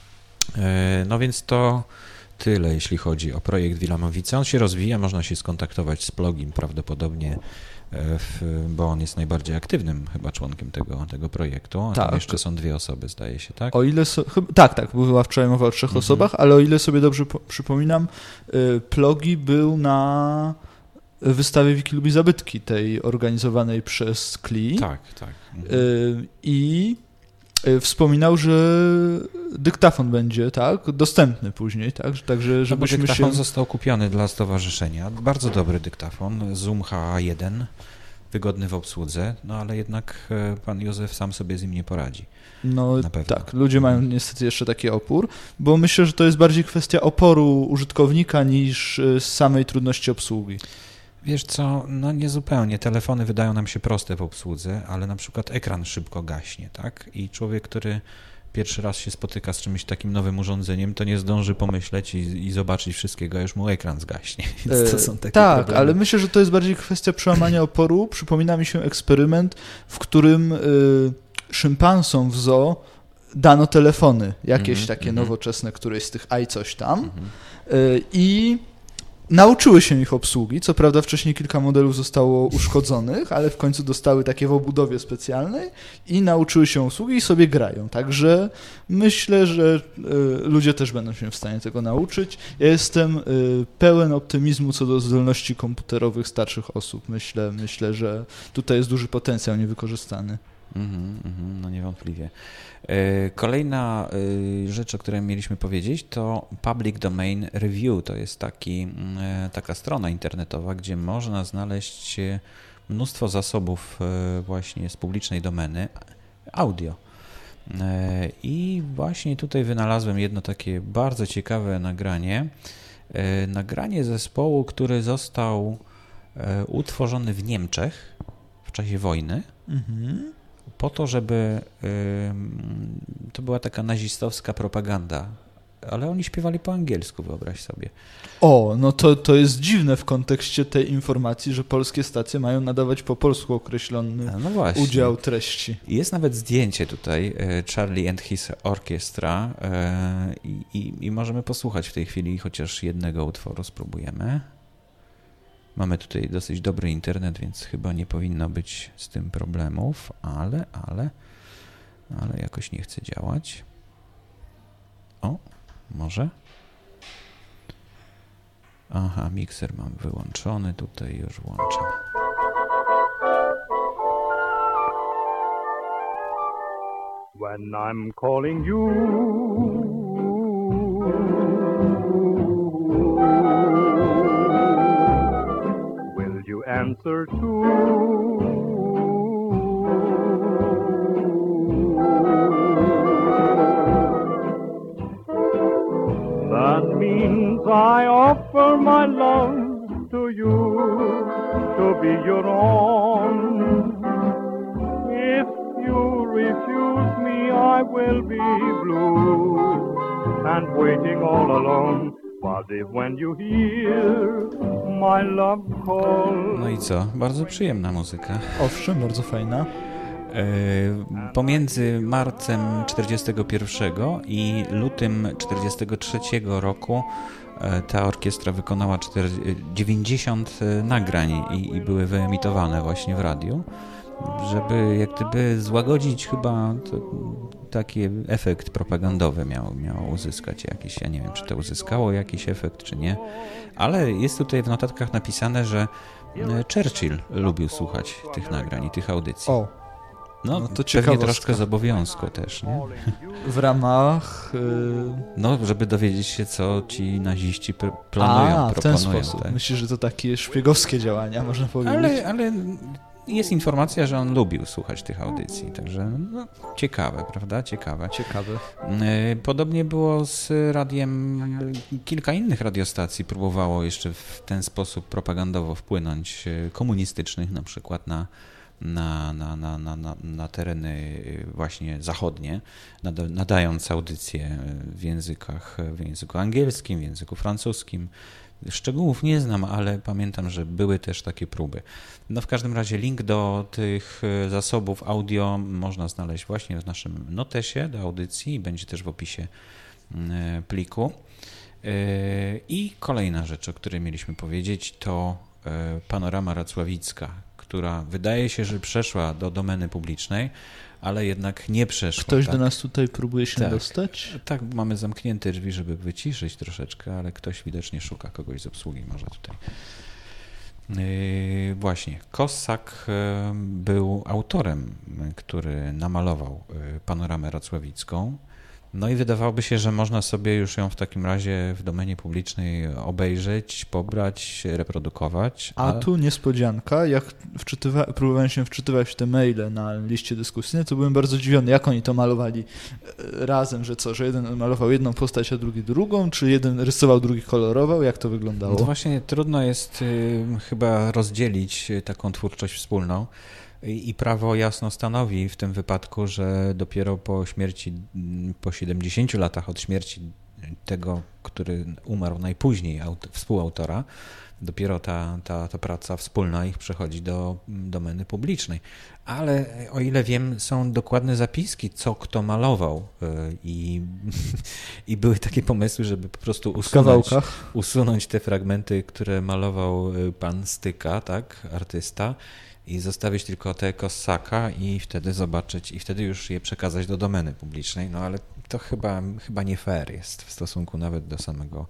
No więc to tyle, jeśli chodzi o projekt Wilamowice. On się rozwija, można się skontaktować z Plogim prawdopodobnie, w, bo on jest najbardziej aktywnym chyba członkiem tego, tego projektu. A tak. Tam jeszcze są dwie osoby, zdaje się, tak? O ile so, chyba, tak, tak, była wczoraj mowa o trzech mhm. osobach, ale o ile sobie dobrze po, przypominam, Plogi był na wystawie Wiki lubi zabytki, tej organizowanej przez K L I. Tak, tak. Mhm. I wspominał, że dyktafon będzie, tak, dostępny później, tak, także żebyśmy no bo dyktafon się... został kupiony dla stowarzyszenia. Bardzo dobry dyktafon, Zoom H A jeden, wygodny w obsłudze, no ale jednak pan Józef sam sobie z nim nie poradzi. No tak, ludzie mają niestety jeszcze taki opór, bo myślę, że to jest bardziej kwestia oporu użytkownika niż samej trudności obsługi. Wiesz co, no niezupełnie. Telefony wydają nam się proste w obsłudze, ale na przykład ekran szybko gaśnie, tak? I człowiek, który pierwszy raz się spotyka z czymś takim nowym urządzeniem, to nie zdąży pomyśleć i, i zobaczyć wszystkiego, a już mu ekran zgaśnie. Więc to są takie tak, problemy. Ale myślę, że to jest bardziej kwestia przełamania oporu. Przypomina mi się eksperyment, w którym y, szympansom w zoo dano telefony, jakieś mm-hmm, takie mm-hmm. nowoczesne, któreś z tych aj coś tam mm-hmm. y, i nauczyły się ich obsługi, co prawda wcześniej kilka modelów zostało uszkodzonych, ale w końcu dostały takie w obudowie specjalnej i nauczyły się obsługi i sobie grają. Także myślę, że y, ludzie też będą się w stanie tego nauczyć. Ja jestem y, pełen optymizmu co do zdolności komputerowych starszych osób. Myślę, myślę, że tutaj jest duży potencjał niewykorzystany. Mm-hmm, mm-hmm, no niewątpliwie. Kolejna rzecz, o której mieliśmy powiedzieć, to Public Domain Review. To jest taki, taka strona internetowa, gdzie można znaleźć mnóstwo zasobów właśnie z publicznej domeny audio. I właśnie tutaj wynalazłem jedno takie bardzo ciekawe nagranie. Nagranie zespołu, który został utworzony w Niemczech w czasie wojny. Mhm. Po to, żeby y, to była taka nazistowska propaganda, ale oni śpiewali po angielsku, wyobraź sobie. O, no to, to jest dziwne w kontekście tej informacji, że polskie stacje mają nadawać po polsku określony no udział treści. Jest nawet zdjęcie tutaj, Charlie and his Orchestra y, i, i możemy posłuchać w tej chwili chociaż jednego utworu, spróbujemy. Mamy tutaj dosyć dobry internet, więc chyba nie powinno być z tym problemów, ale, ale, ale jakoś nie chce działać. O, może? Aha, mikser mam wyłączony, tutaj już włączam. When I'm calling you, answer to. That means I offer my love to you, to be your own. If you refuse me, I will be blue and waiting all alone. No i co? Bardzo przyjemna muzyka. Owszem, bardzo fajna. Pomiędzy marcem czterdziestego pierwszego i lutym czterdziestego trzeciego roku ta orkiestra wykonała dziewięćdziesiąt nagrań i, i były wyemitowane właśnie w radiu, żeby jak gdyby złagodzić chyba to, taki efekt propagandowy miało, miało uzyskać jakiś, ja nie wiem, czy to uzyskało jakiś efekt, czy nie, ale jest tutaj w notatkach napisane, że Churchill lubił słuchać tych nagrań i tych audycji. O, no, no to pewnie troszkę z obowiązku też, nie? W ramach... Yy... No, żeby dowiedzieć się, co ci naziści pr- planują, A, proponują. w ten sposób. Tak? Myślisz, że to takie szpiegowskie działania, można powiedzieć? Ale, ale jest informacja, że on lubił słuchać tych audycji, także no, ciekawe, prawda? Ciekawe. Ciekawe. Podobnie było z radiem, kilka innych radiostacji próbowało jeszcze w ten sposób propagandowo wpłynąć, komunistycznych na przykład na Na, na, na, na, na tereny właśnie zachodnie, nadając audycje w językach, w języku angielskim, w języku francuskim. Szczegółów nie znam, ale pamiętam, że były też takie próby. No w każdym razie link do tych zasobów audio można znaleźć właśnie w naszym notesie do audycji, będzie też w opisie pliku. I kolejna rzecz, o której mieliśmy powiedzieć, to Panorama Racławicka, która wydaje się, że przeszła do domeny publicznej, ale jednak nie przeszła. Ktoś tak? do nas tutaj próbuje się tak. dostać? Tak, mamy zamknięte drzwi, żeby wyciszyć troszeczkę, ale ktoś widocznie szuka kogoś z obsługi może tutaj. Yy, właśnie, Kossak był autorem, który namalował Panoramę Racławicką. No i wydawałoby się, że można sobie już ją w takim razie w domenie publicznej obejrzeć, pobrać, reprodukować. A ale... tu niespodzianka, jak wczytywa... próbowałem się wczytywać w te maile na liście dyskusyjnej, to byłem bardzo dziwiony, jak oni to malowali razem, że co, że jeden malował jedną postać, a drugi drugą, czy jeden rysował, drugi kolorował, jak to wyglądało? No to właśnie trudno jest y, chyba rozdzielić taką twórczość wspólną. I prawo jasno stanowi w tym wypadku, że dopiero po śmierci, po siedemdziesięciu latach od śmierci tego, który umarł najpóźniej, współautora, dopiero ta, ta, ta praca wspólna ich przechodzi do domeny publicznej. Ale o ile wiem, są dokładne zapiski, co kto malował i, i były takie pomysły, żeby po prostu usunąć, usunąć te fragmenty, które malował pan Styka, tak, artysta, i zostawić tylko te Kossaka i wtedy zobaczyć, i wtedy już je przekazać do domeny publicznej, no ale to chyba, chyba nie fair jest w stosunku nawet do samego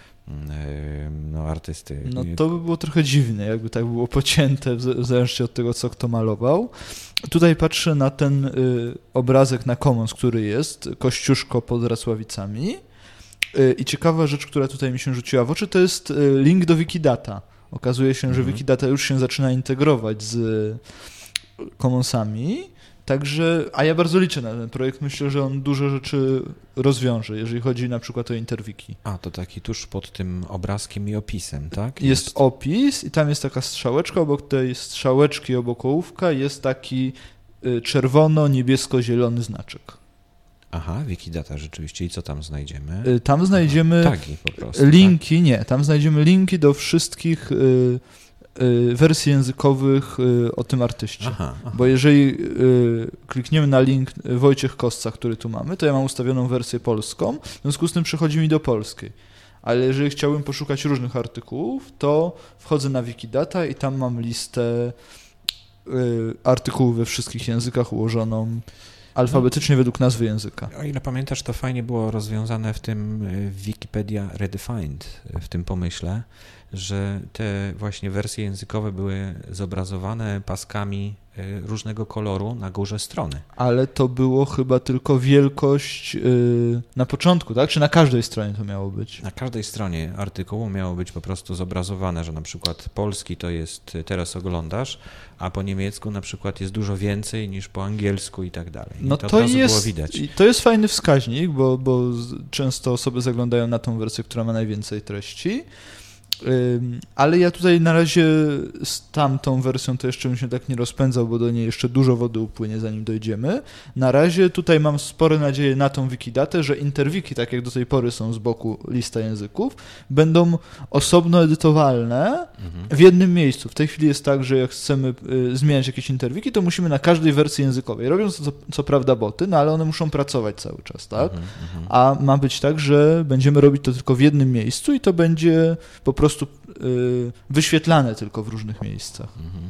no, artysty. No to by było trochę dziwne, jakby tak było pocięte, w zależności od tego, co kto malował. Tutaj patrzę na ten y, obrazek na Commons, który jest, Kościuszko pod Racławicami y, i ciekawa rzecz, która tutaj mi się rzuciła w oczy, to jest y, link do Wikidata. Okazuje się, że mhm. Wikidata już się zaczyna integrować z Commonsami, także, a ja bardzo liczę na ten projekt, myślę, że on dużo rzeczy rozwiąże, jeżeli chodzi na przykład o Interwiki. A, to taki tuż pod tym obrazkiem i opisem, tak? Jest, jest opis i tam jest taka strzałeczka, obok tej strzałeczki, obok ołówka jest taki czerwono-niebiesko-zielony znaczek. Aha, Wikidata rzeczywiście. I co tam znajdziemy? Tam znajdziemy Aha, tagi po prostu, linki, tak? nie, tam znajdziemy linki do wszystkich y, y, wersji językowych y, o tym artyście. Aha, aha. Bo jeżeli y, klikniemy na link Wojciech Kossak, który tu mamy, to ja mam ustawioną wersję polską, w związku z tym przechodzi mi do polskiej. Ale jeżeli chciałbym poszukać różnych artykułów, to wchodzę na Wikidata i tam mam listę y, artykułów we wszystkich językach ułożoną alfabetycznie no, według nazwy języka. O ile pamiętasz, to fajnie było rozwiązane w tym Wikipedia Redefined, w tym pomyśle, że te właśnie wersje językowe były zobrazowane paskami różnego koloru na górze strony. Ale to było chyba tylko wielkość yy, na początku, tak? Czy na każdej stronie to miało być? Na każdej stronie artykułu miało być po prostu zobrazowane, że na przykład polski to jest teraz oglądasz, a po niemiecku na przykład jest dużo więcej niż po angielsku i tak dalej. I no to, to od razu jest, było widać. To jest fajny wskaźnik, bo, bo często osoby zaglądają na tą wersję, która ma najwięcej treści. Ale ja tutaj na razie z tamtą wersją to jeszcze bym się tak nie rozpędzał, bo do niej jeszcze dużo wody upłynie, zanim dojdziemy. Na razie tutaj mam spore nadzieje na tą Wikidatę, że Interwiki, tak jak do tej pory są z boku lista języków, będą osobno edytowalne mhm. w jednym miejscu. W tej chwili jest tak, że jak chcemy y, zmieniać jakieś Interwiki, to musimy na każdej wersji językowej. Robią to co, co prawda boty, no ale one muszą pracować cały czas, tak? Mhm, A ma być tak, że będziemy robić to tylko w jednym miejscu i to będzie po prostu prostu y, wyświetlane tylko w różnych miejscach. Mhm.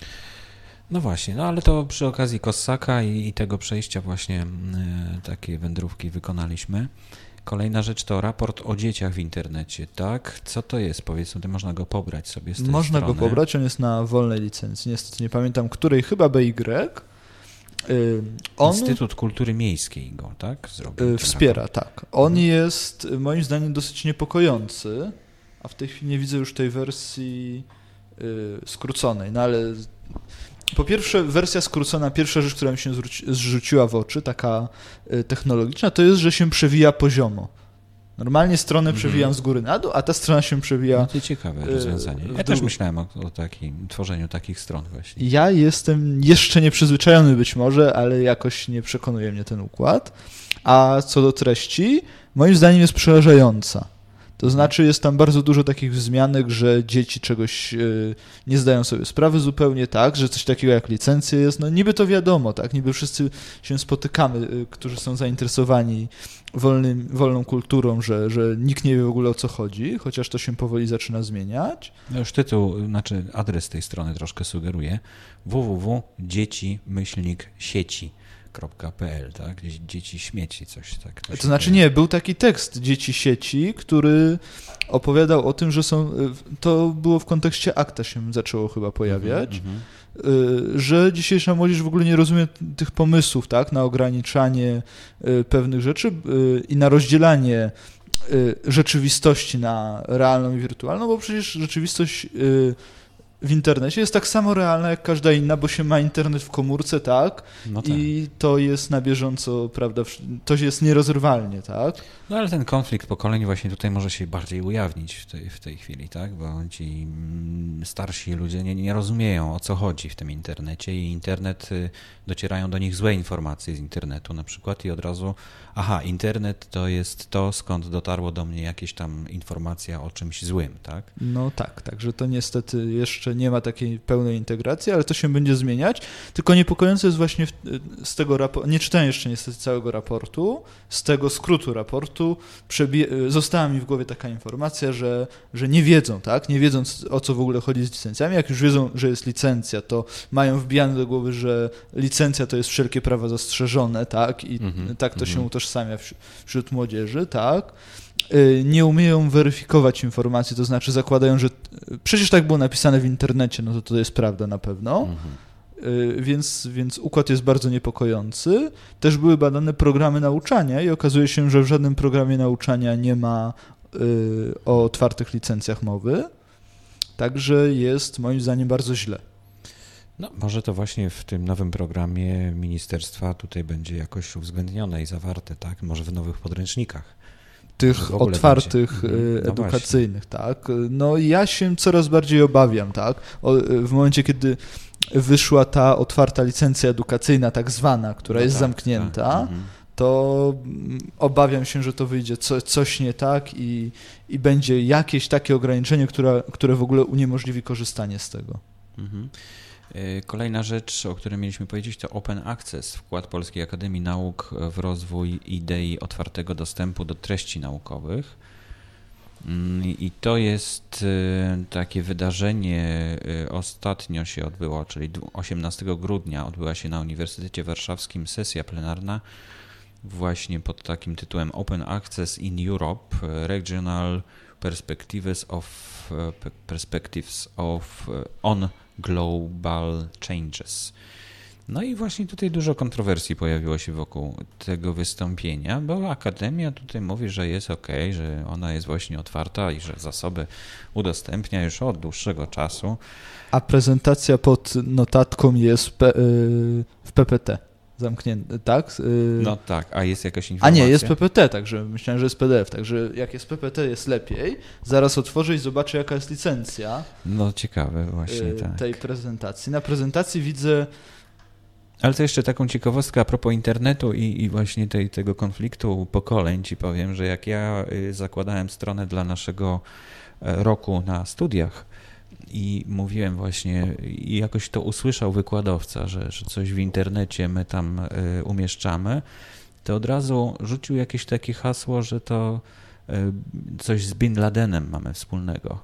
No właśnie, no ale to przy okazji Kossaka i, i tego przejścia właśnie y, takie wędrówki wykonaliśmy. Kolejna rzecz to raport o dzieciach w internecie, tak? Co to jest? Powiedzmy, można go pobrać sobie z tej Można strony. go pobrać, on jest na wolnej licencji. Niestety nie pamiętam, której, chyba B Y. Y, on, Instytut Kultury Miejskiej go, tak? Zrobił y, wspiera, raport. Tak. On mhm. jest moim zdaniem dosyć niepokojący. A w tej chwili nie widzę już tej wersji y, skróconej, no ale po pierwsze, wersja skrócona, pierwsza rzecz, która mi się zwróci, zrzuciła w oczy, taka technologiczna, to jest, że się przewija poziomo. Normalnie stronę przewijam z góry na dół, a ta strona się przewija... No to ciekawe rozwiązanie. Ja też myślałem o, o takim, tworzeniu takich stron właśnie. Ja jestem jeszcze nieprzyzwyczajony być może, ale jakoś nie przekonuje mnie ten układ. A co do treści, moim zdaniem jest przerażająca. To znaczy jest tam bardzo dużo takich wzmianek, że dzieci czegoś yy, nie zdają sobie sprawy zupełnie, tak, że coś takiego jak licencje jest, no niby to wiadomo, tak, niby wszyscy się spotykamy, yy, którzy są zainteresowani wolnym, wolną kulturą, że, że nikt nie wie w ogóle o co chodzi, chociaż to się powoli zaczyna zmieniać. No już tytuł, znaczy adres tej strony troszkę sugeruje, w w w kropka dzieci myślnik sieci. .pl, tak? Dzieci śmieci, coś tak. To znaczy nie, był taki tekst Dzieci sieci, który opowiadał o tym, że są, to było w kontekście akta się zaczęło chyba pojawiać, mm-hmm. że dzisiejsza młodzież w ogóle nie rozumie tych pomysłów, tak, na ograniczanie pewnych rzeczy i na rozdzielanie rzeczywistości na realną i wirtualną, bo przecież rzeczywistość w internecie jest tak samo realna jak każda inna, bo się ma internet w komórce, tak? No tak. I to jest na bieżąco, prawda, to jest nierozerwalnie, tak? No ale ten konflikt pokoleń właśnie tutaj może się bardziej ujawnić w tej, w tej chwili, tak? Bo ci starsi ludzie nie, nie rozumieją, o co chodzi w tym internecie i internet, docierają do nich złe informacje z internetu na przykład i od razu, aha, internet to jest to, skąd dotarło do mnie jakieś tam informacja o czymś złym, tak? No tak, także to niestety jeszcze nie ma takiej pełnej integracji, ale to się będzie zmieniać. Tylko niepokojące jest właśnie w, z tego raportu, nie czytałem jeszcze niestety całego raportu, z tego skrótu raportu przebie- została mi w głowie taka informacja, że, że nie wiedzą, tak? Nie wiedzą, o co w ogóle chodzi z licencjami. Jak już wiedzą, że jest licencja, to mają wbijane do głowy, że licencja to jest wszelkie prawa zastrzeżone, tak? I mm-hmm, tak to mm-hmm. się utożsamia wśród, wśród młodzieży, tak? Nie umieją weryfikować informacji, to znaczy zakładają, że przecież tak było napisane w internecie, no to to jest prawda na pewno, mhm. więc, więc układ jest bardzo niepokojący. Też były badane programy nauczania i okazuje się, że w żadnym programie nauczania nie ma y, o otwartych licencjach mowy, także jest moim zdaniem bardzo źle. No, może to właśnie w tym nowym programie ministerstwa tutaj będzie jakoś uwzględnione i zawarte, tak? Może w nowych podręcznikach. Tych otwartych będzie. edukacyjnych, no tak. No ja się coraz bardziej obawiam, tak. O, w momencie, kiedy wyszła ta otwarta licencja edukacyjna, tak zwana, która no jest tak, zamknięta, tak. to obawiam się, że to wyjdzie co, coś nie tak i, i będzie jakieś takie ograniczenie, które, które w ogóle uniemożliwi korzystanie z tego. Mhm. Kolejna rzecz, o której mieliśmy powiedzieć, to Open Access, wkład Polskiej Akademii Nauk w rozwój idei otwartego dostępu do treści naukowych. I to jest takie wydarzenie, ostatnio się odbyło, czyli osiemnastego grudnia odbyła się na Uniwersytecie Warszawskim sesja plenarna właśnie pod takim tytułem Open Access in Europe, Regional Perspectives of, perspectives of on Global Changes. No i właśnie tutaj dużo kontrowersji pojawiło się wokół tego wystąpienia, bo Akademia tutaj mówi, że jest ok, że ona jest właśnie otwarta i że zasoby udostępnia już od dłuższego czasu. A prezentacja pod notatką jest P, yy, w P P T. Zamknięty, tak? Yy... No tak, a jest jakaś informacja? A nie, jest P P T, także myślałem, że jest P D F, także jak jest P P T jest lepiej. Zaraz otworzę i zobaczę, jaka jest licencja. No ciekawe właśnie, yy, tak. tej prezentacji. Na prezentacji widzę... Ale to jeszcze taką ciekawostkę a propos internetu i, i właśnie tej, tego konfliktu pokoleń ci powiem, że jak ja zakładałem stronę dla naszego roku na studiach, i mówiłem właśnie, i jakoś to usłyszał wykładowca, że, że coś w internecie my tam y, umieszczamy, to od razu rzucił jakieś takie hasło, że to y, coś z Bin Ladenem mamy wspólnego.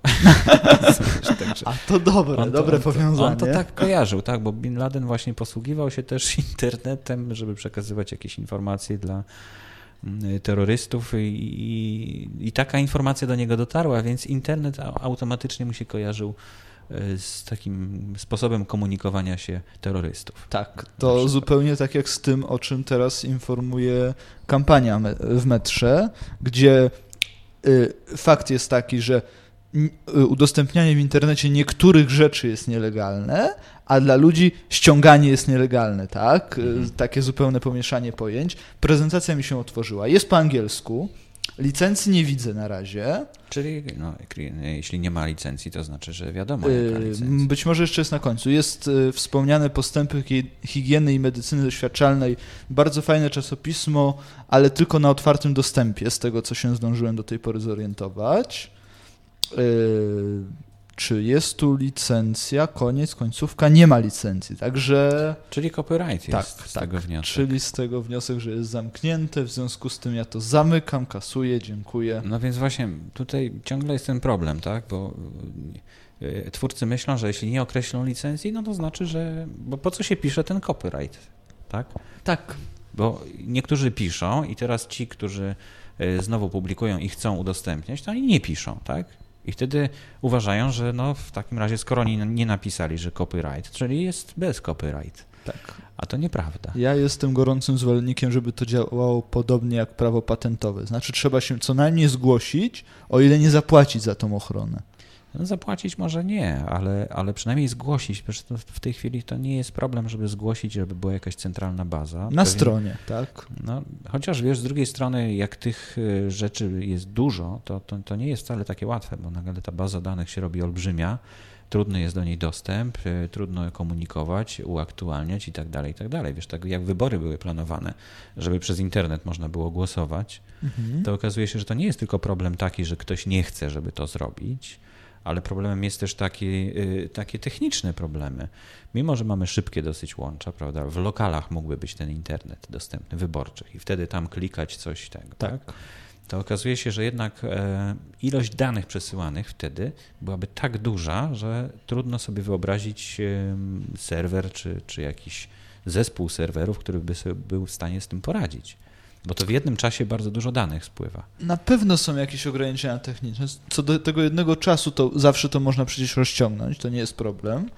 A to dobre, on dobre to, powiązanie. On to tak kojarzył, tak, bo Bin Laden właśnie posługiwał się też internetem, żeby przekazywać jakieś informacje dla terrorystów i, i, i taka informacja do niego dotarła, więc internet automatycznie mu się kojarzył z takim sposobem komunikowania się terrorystów. Tak, to zupełnie tak jak z tym, o czym teraz informuje kampania w metrze, gdzie y, fakt jest taki, że udostępnianie w internecie niektórych rzeczy jest nielegalne, a dla ludzi ściąganie jest nielegalne, tak? Mhm. Takie zupełne pomieszanie pojęć. Prezentacja mi się otworzyła. Jest po angielsku. Licencji nie widzę na razie. Czyli no, jeśli nie ma licencji, to znaczy, że wiadomo, jaka licencja. Być może jeszcze jest na końcu. Jest y, wspomniane postępy higieny i medycyny doświadczalnej. Bardzo fajne czasopismo, ale tylko na otwartym dostępie, z tego, co się zdążyłem do tej pory zorientować. Y, czy jest tu licencja? Koniec, końcówka. Nie ma licencji, także... Czyli copyright tak, jest z tak, tego wniosek. Czyli z tego wniosek, że jest zamknięte, w związku z tym ja to zamykam, kasuję, dziękuję. No więc właśnie tutaj ciągle jest ten problem, tak? Bo twórcy myślą, że jeśli nie określą licencji, no to znaczy, że... Bo po co się pisze ten copyright, tak? Tak. Bo niektórzy piszą i teraz ci, którzy znowu publikują i chcą udostępniać, to oni nie piszą, tak? I wtedy uważają, że no w takim razie, skoro oni nie napisali, że copyright, czyli jest bez copyright. Tak. A to nieprawda. Ja jestem gorącym zwolennikiem, żeby to działało podobnie jak prawo patentowe. Znaczy trzeba się co najmniej zgłosić, o ile nie zapłacić za tą ochronę. No zapłacić może nie, ale, ale przynajmniej zgłosić. Przecież w tej chwili to nie jest problem, żeby zgłosić, żeby była jakaś centralna baza. Na Pewnie, stronie, tak? No, chociaż wiesz, z drugiej strony, jak tych rzeczy jest dużo, to, to, to nie jest wcale takie łatwe, bo nagle ta baza danych się robi olbrzymia, trudny jest do niej dostęp, trudno komunikować, uaktualniać i tak dalej, i tak dalej. Wiesz, tak jak wybory były planowane, żeby przez internet można było głosować, mhm. to okazuje się, że to nie jest tylko problem taki, że ktoś nie chce, żeby to zrobić, ale problemem jest też taki, takie techniczne problemy. Mimo że mamy szybkie dosyć łącza, prawda, w lokalach mógłby być ten internet dostępny, wyborczych i wtedy tam klikać coś tego, tak? tak? To okazuje się, że jednak ilość danych przesyłanych wtedy byłaby tak duża, że trudno sobie wyobrazić serwer czy, czy jakiś zespół serwerów, który by sobie był w stanie z tym poradzić. Bo to w jednym czasie bardzo dużo danych spływa. Na pewno są jakieś ograniczenia techniczne. Co do tego jednego czasu, to zawsze to można przecież rozciągnąć, to nie jest problem.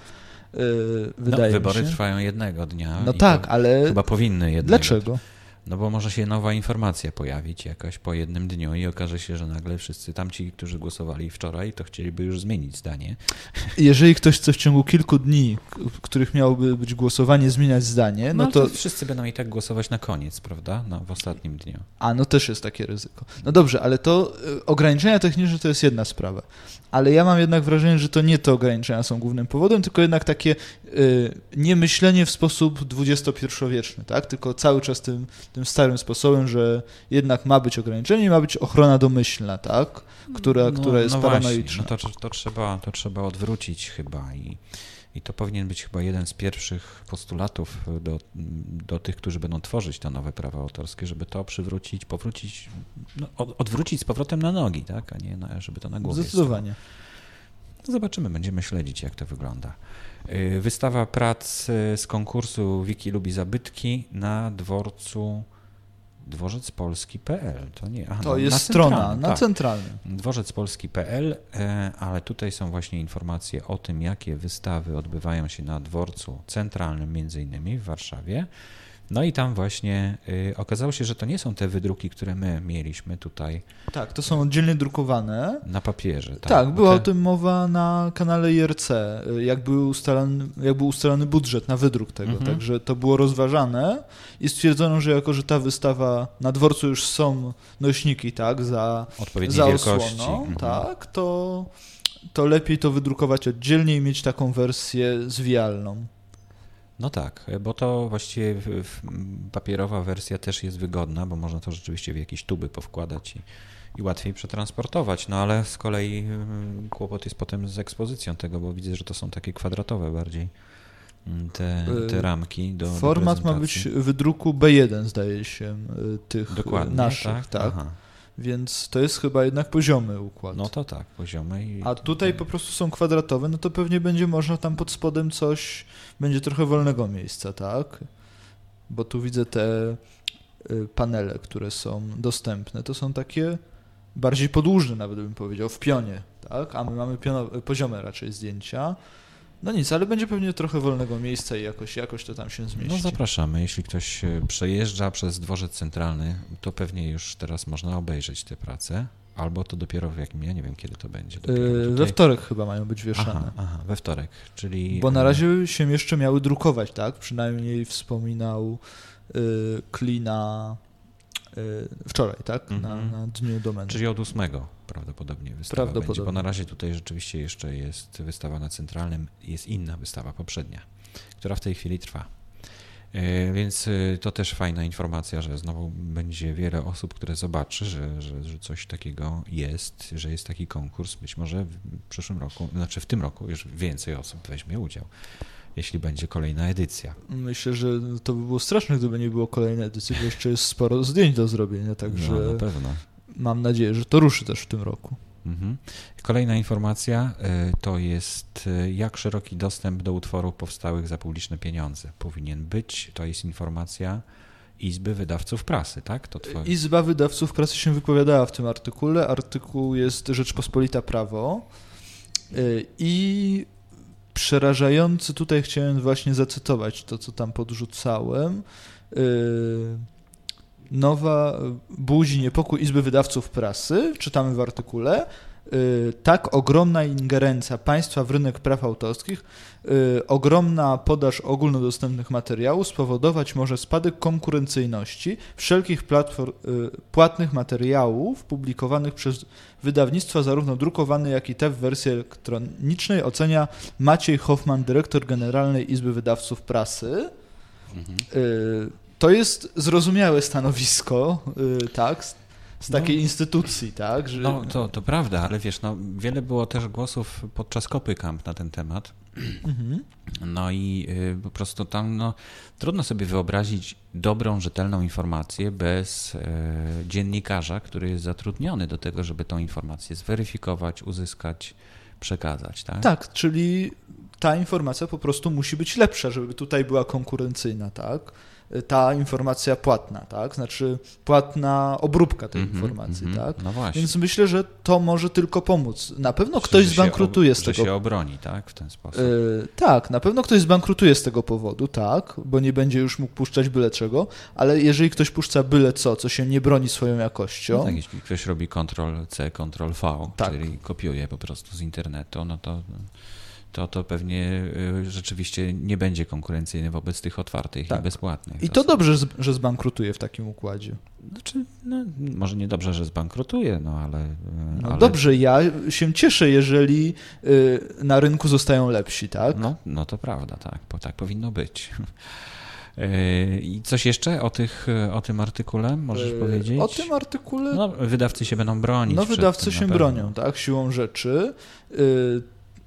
Yy, wydaje no, wybory mi się. trwają jednego dnia. No tak, ale... Chyba powinny jednego. Dlaczego? No bo może się nowa informacja pojawić jakaś po jednym dniu i okaże się, że nagle wszyscy tamci, którzy głosowali wczoraj, to chcieliby już zmienić zdanie. Jeżeli ktoś chce w ciągu kilku dni, w których miałoby być głosowanie, zmieniać zdanie, no, no to... to wszyscy będą i tak głosować na koniec, prawda? No, w ostatnim dniu. A, no też jest takie ryzyko. No dobrze, ale to y, ograniczenia techniczne to jest jedna sprawa. Ale ja mam jednak wrażenie, że to nie te ograniczenia są głównym powodem, tylko jednak takie y, niemyślenie w sposób dwudziestopierwowieczny, tak? Tylko cały czas tym, tym starym sposobem, że jednak ma być ograniczenie i ma być ochrona domyślna, tak? Która, no, która jest no paranoiczna. No to, to, trzeba, to trzeba odwrócić chyba i, i to powinien być chyba jeden z pierwszych postulatów do, do tych, którzy będą tworzyć te nowe prawa autorskie, żeby to przywrócić, powrócić, no, odwrócić z powrotem na nogi, tak? A nie na, żeby to na głowie Zdecydowanie. No zobaczymy, będziemy śledzić, jak to wygląda. Wystawa prac z konkursu Wiki lubi zabytki na dworcu dworzec polski kropka p l. To nie, aha, to no, jest na strona, na tak. centralnym. dworzec polski kropka p l, ale tutaj są właśnie informacje o tym, jakie wystawy odbywają się na dworcu centralnym, między innymi w Warszawie. No i tam właśnie y, okazało się, że to nie są te wydruki, które my mieliśmy tutaj. Tak, to są oddzielnie drukowane. Na papierze. Tak, tak była te... o tym mowa na kanale I R C, jak był ustalony, jak był ustalony budżet na wydruk tego, mhm. także to było rozważane i stwierdzono, że jako, że ta wystawa na dworcu już są nośniki, tak, za, za osłoną, mhm. tak, to, to lepiej to wydrukować oddzielnie i mieć taką wersję zwijalną. No tak, bo to właściwie papierowa wersja też jest wygodna, bo można to rzeczywiście w jakieś tuby powkładać i, i łatwiej przetransportować, no ale z kolei kłopot jest potem z ekspozycją tego, bo widzę, że to są takie kwadratowe bardziej te, te ramki do Format do ma być wydruku B jeden, zdaje się, tych Dokładnie, naszych, tak? tak. Aha. Więc to jest chyba jednak poziomy układ. No to tak, poziomy. I... A tutaj po prostu są kwadratowe, no to pewnie będzie można tam pod spodem coś, będzie trochę wolnego miejsca, tak? Bo tu widzę te panele, które są dostępne, to są takie bardziej podłużne, nawet bym powiedział, w pionie, tak? A my mamy pionowe, poziome raczej zdjęcia. No nic, ale będzie pewnie trochę wolnego miejsca i jakoś, jakoś to tam się zmieści. No zapraszamy, jeśli ktoś przejeżdża przez dworzec centralny, to pewnie już teraz można obejrzeć te prace, albo to dopiero w jakim, ja nie wiem kiedy to będzie. Yy, tutaj... We wtorek chyba mają być wieszane. Aha, aha, we wtorek, czyli... Bo na razie się jeszcze miały drukować, tak? Przynajmniej wspominał yy, Klina yy, wczoraj, tak? Mhm. Na, na Dniu Domeny. Czyli od ósmego prawdopodobnie wystawa Prawdopodobnie. będzie, bo na razie tutaj rzeczywiście jeszcze jest wystawa na Centralnym, jest inna wystawa poprzednia, która w tej chwili trwa. Więc to też fajna informacja, że znowu będzie wiele osób, które zobaczy, że, że, że coś takiego jest, że jest taki konkurs. Być może w przyszłym roku, znaczy w tym roku już więcej osób weźmie udział, jeśli będzie kolejna edycja. Myślę, że to by było straszne, gdyby nie było kolejnej edycji, bo jeszcze jest sporo zdjęć do zrobienia, także no, na pewno. Mam nadzieję, że to ruszy też w tym roku. Mhm. Kolejna informacja to jest, jak szeroki dostęp do utworów powstałych za publiczne pieniądze powinien być. To jest informacja Izby Wydawców Prasy, tak? To twoje... Izba Wydawców Prasy się wypowiadała w tym artykule. Artykuł jest Rzeczpospolita Prawo i przerażający, tutaj chciałem właśnie zacytować to, co tam podrzucałem. Nowa budzi niepokój Izby Wydawców Prasy, czytamy w artykule, yy, tak ogromna ingerencja państwa w rynek praw autorskich, yy, ogromna podaż ogólnodostępnych materiałów spowodować może spadek konkurencyjności wszelkich platform, yy, płatnych materiałów publikowanych przez wydawnictwa, zarówno drukowane, jak i te w wersji elektronicznej, ocenia Maciej Hoffman, dyrektor generalnej Izby Wydawców Prasy. Mhm. Yy, To jest zrozumiałe stanowisko, yy, tak, z, z takiej no, instytucji, tak? Że... No to, to prawda, ale wiesz, no, wiele było też głosów podczas Kopy Camp na ten temat. Mhm. No i y, po prostu tam no, trudno sobie wyobrazić dobrą, rzetelną informację bez y, dziennikarza, który jest zatrudniony do tego, żeby tą informację zweryfikować, uzyskać, przekazać, tak? Tak, czyli ta informacja po prostu musi być lepsza, żeby tutaj była konkurencyjna, tak? Ta informacja płatna, tak? Znaczy płatna obróbka tej mm-hmm, informacji, mm-hmm. tak? No właśnie. Więc myślę, że to może tylko pomóc. Na pewno ktoś że zbankrutuje się, z tego... Że się obroni, tak? W ten sposób. Yy, tak, na pewno ktoś zbankrutuje z tego powodu, tak? Bo nie będzie już mógł puszczać byle czego, ale jeżeli ktoś puszcza byle co, co się nie broni swoją jakością... No tak, jeśli ktoś robi kontrol C, kontrol V, tak. czyli kopiuje po prostu z internetu, no to... to to pewnie rzeczywiście nie będzie konkurencyjny wobec tych otwartych tak. i bezpłatnych. I to dobrze, że zbankrutuje w takim układzie. Znaczy, no, może nie dobrze, że zbankrutuje, no ale... No ale... dobrze, ja się cieszę, jeżeli na rynku zostają lepsi, tak? No, no to prawda, tak, bo tak powinno być. I coś jeszcze o, tych, o tym artykule możesz yy, powiedzieć? O tym artykule... No, wydawcy się będą bronić. No wydawcy tym, się bronią, tak, siłą rzeczy. Yy,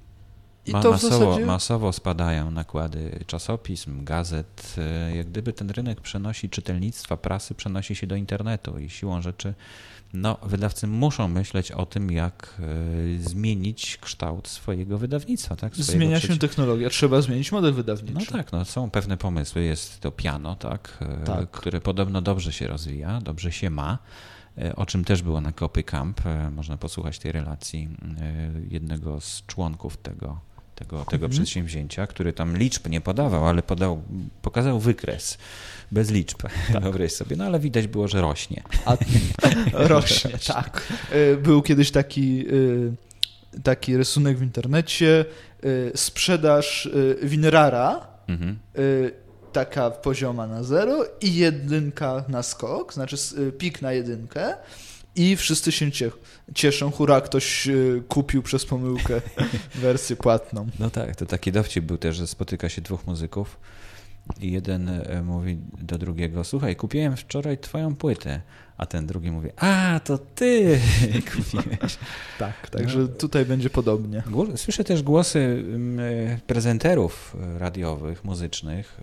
I Ma, to masowo, zasadzie... masowo spadają nakłady czasopism, gazet. Jak gdyby ten rynek przenosi czytelnictwa, prasy przenosi się do internetu i siłą rzeczy no, wydawcy muszą myśleć o tym, jak y, zmienić kształt swojego wydawnictwa. Tak? Swojego Zmienia przeci... się technologia, trzeba zmienić model wydawniczy. No tak, no, są pewne pomysły. Jest to piano, tak, tak. które podobno dobrze się rozwija, dobrze się ma. O czym też było na Kopy Camp. Można posłuchać tej relacji jednego z członków tego tego, tego mhm. przedsięwzięcia, który tam liczb nie podawał, ale podał, pokazał wykres bez liczb. Tak. Wyobraź sobie, no ale widać było, że rośnie. A, rośnie, tak. Był kiedyś taki, taki rysunek w internecie, sprzedaż Winrara, mhm. taka pozioma na zero i jedynka na skok, znaczy pik na jedynkę. I wszyscy się cieszą, hurra, ktoś kupił przez pomyłkę wersję płatną. No tak, to taki dowcip był też, że spotyka się dwóch muzyków i jeden mówi do drugiego, słuchaj, kupiłem wczoraj twoją płytę, a ten drugi mówi, a to ty kupiłeś. Tak, także no. Tutaj będzie podobnie. Słyszę też głosy prezenterów radiowych, muzycznych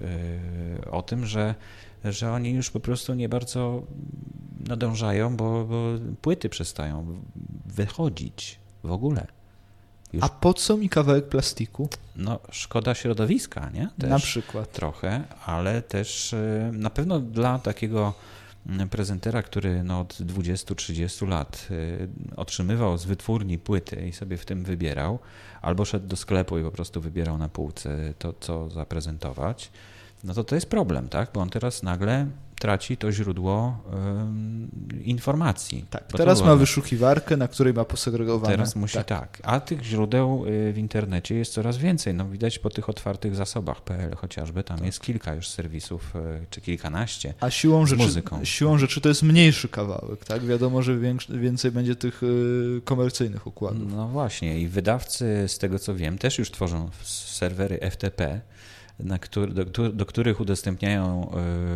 o tym, że że oni już po prostu nie bardzo nadążają, bo, bo płyty przestają wychodzić w ogóle. Już... A po co mi kawałek plastiku? No, szkoda środowiska, nie? Też na przykład. Trochę, ale też na pewno dla takiego prezentera, który no od dwudziestu trzydziestu lat otrzymywał z wytwórni płyty i sobie w tym wybierał, albo szedł do sklepu i po prostu wybierał na półce to, co zaprezentować, no to to jest problem, tak? Bo on teraz nagle traci to źródło y, informacji. Tak, teraz ma było, wyszukiwarkę, na której ma posegregowane. Teraz musi tak. tak. A tych źródeł w internecie jest coraz więcej. No widać po tych otwartych zasobach kropka pe el chociażby, tam tak. jest kilka już serwisów, czy kilkanaście. A siłą z rzeczy, muzyką. siłą rzeczy to jest mniejszy kawałek, tak? Wiadomo, że więcej będzie tych komercyjnych układów. No właśnie i wydawcy, z tego co wiem, też już tworzą serwery ef te pe, Na który, do, do których udostępniają y,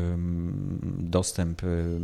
dostęp y,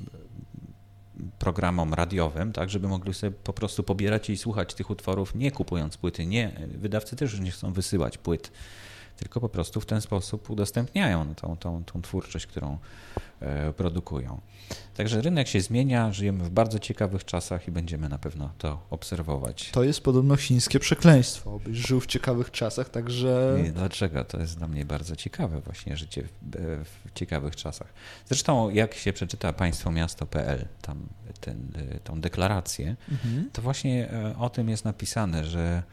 programom radiowym, tak, żeby mogli sobie po prostu pobierać i słuchać tych utworów, nie kupując płyty. Nie, wydawcy też już nie chcą wysyłać płyt, tylko po prostu w ten sposób udostępniają tą, tą, tą twórczość, którą y, produkują. Także rynek się zmienia, żyjemy w bardzo ciekawych czasach i będziemy na pewno to obserwować. To jest podobno chińskie przekleństwo, byś żył w ciekawych czasach, także... Nie, dlaczego? To jest dla mnie bardzo ciekawe właśnie życie w, w ciekawych czasach. Zresztą jak się przeczyta państwo miasto kropka pe el, tam ten, tą deklarację, mhm. to właśnie o tym jest napisane, że,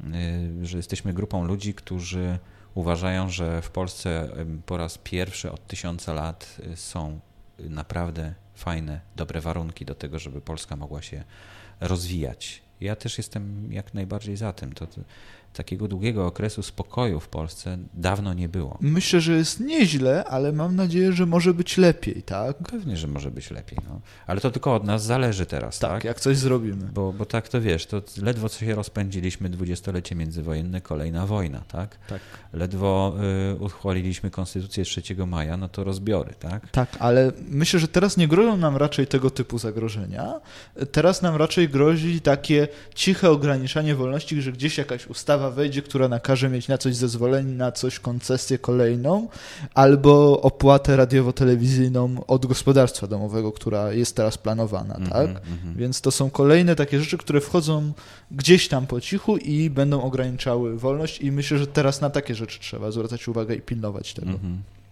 że jesteśmy grupą ludzi, którzy uważają, że w Polsce po raz pierwszy od tysiąca lat są naprawdę fajne, dobre warunki do tego, żeby Polska mogła się rozwijać. Ja też jestem jak najbardziej za tym. To, to, takiego długiego okresu spokoju w Polsce dawno nie było. Myślę, że jest nieźle, ale mam nadzieję, że może być lepiej, tak? Pewnie, że może być lepiej. No. Ale to tylko od nas zależy teraz, tak? Tak, jak coś zrobimy. Bo, bo tak to wiesz, to ledwo co się rozpędziliśmy dwudziestolecie międzywojenne, kolejna wojna, tak? Tak. Ledwo y, uchwaliliśmy Konstytucję trzeciego maja, no to rozbiory, tak? Tak, ale myślę, że teraz nie grożą nam raczej tego typu zagrożenia. Teraz nam raczej grozi takie ciche ograniczanie wolności, że gdzieś jakaś ustawa wejdzie, która nakaże mieć na coś zezwolenie, na coś koncesję kolejną, albo opłatę radiowo-telewizyjną od gospodarstwa domowego, która jest teraz planowana, mm-hmm, tak? Mm-hmm. Więc to są kolejne takie rzeczy, które wchodzą gdzieś tam po cichu i będą ograniczały wolność i myślę, że teraz na takie rzeczy trzeba zwracać uwagę i pilnować tego. Mm-hmm.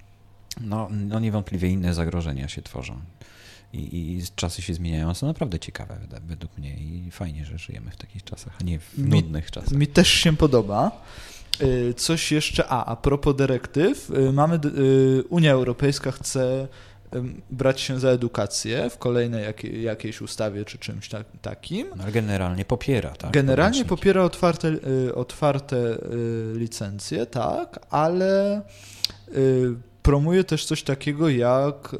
No, no niewątpliwie inne zagrożenia się tworzą. I, I czasy się zmieniają, są naprawdę ciekawe według mnie i fajnie, że żyjemy w takich czasach, a nie w mi, nudnych czasach. Mi też się podoba. Coś jeszcze, a, a propos dyrektyw, mamy, Unia Europejska chce brać się za edukację w kolejnej jakiej, jakiejś ustawie czy czymś tak, takim. No, ale generalnie popiera, tak? Generalnie popiera otwarte, otwarte licencje, tak, ale promuje też coś takiego jak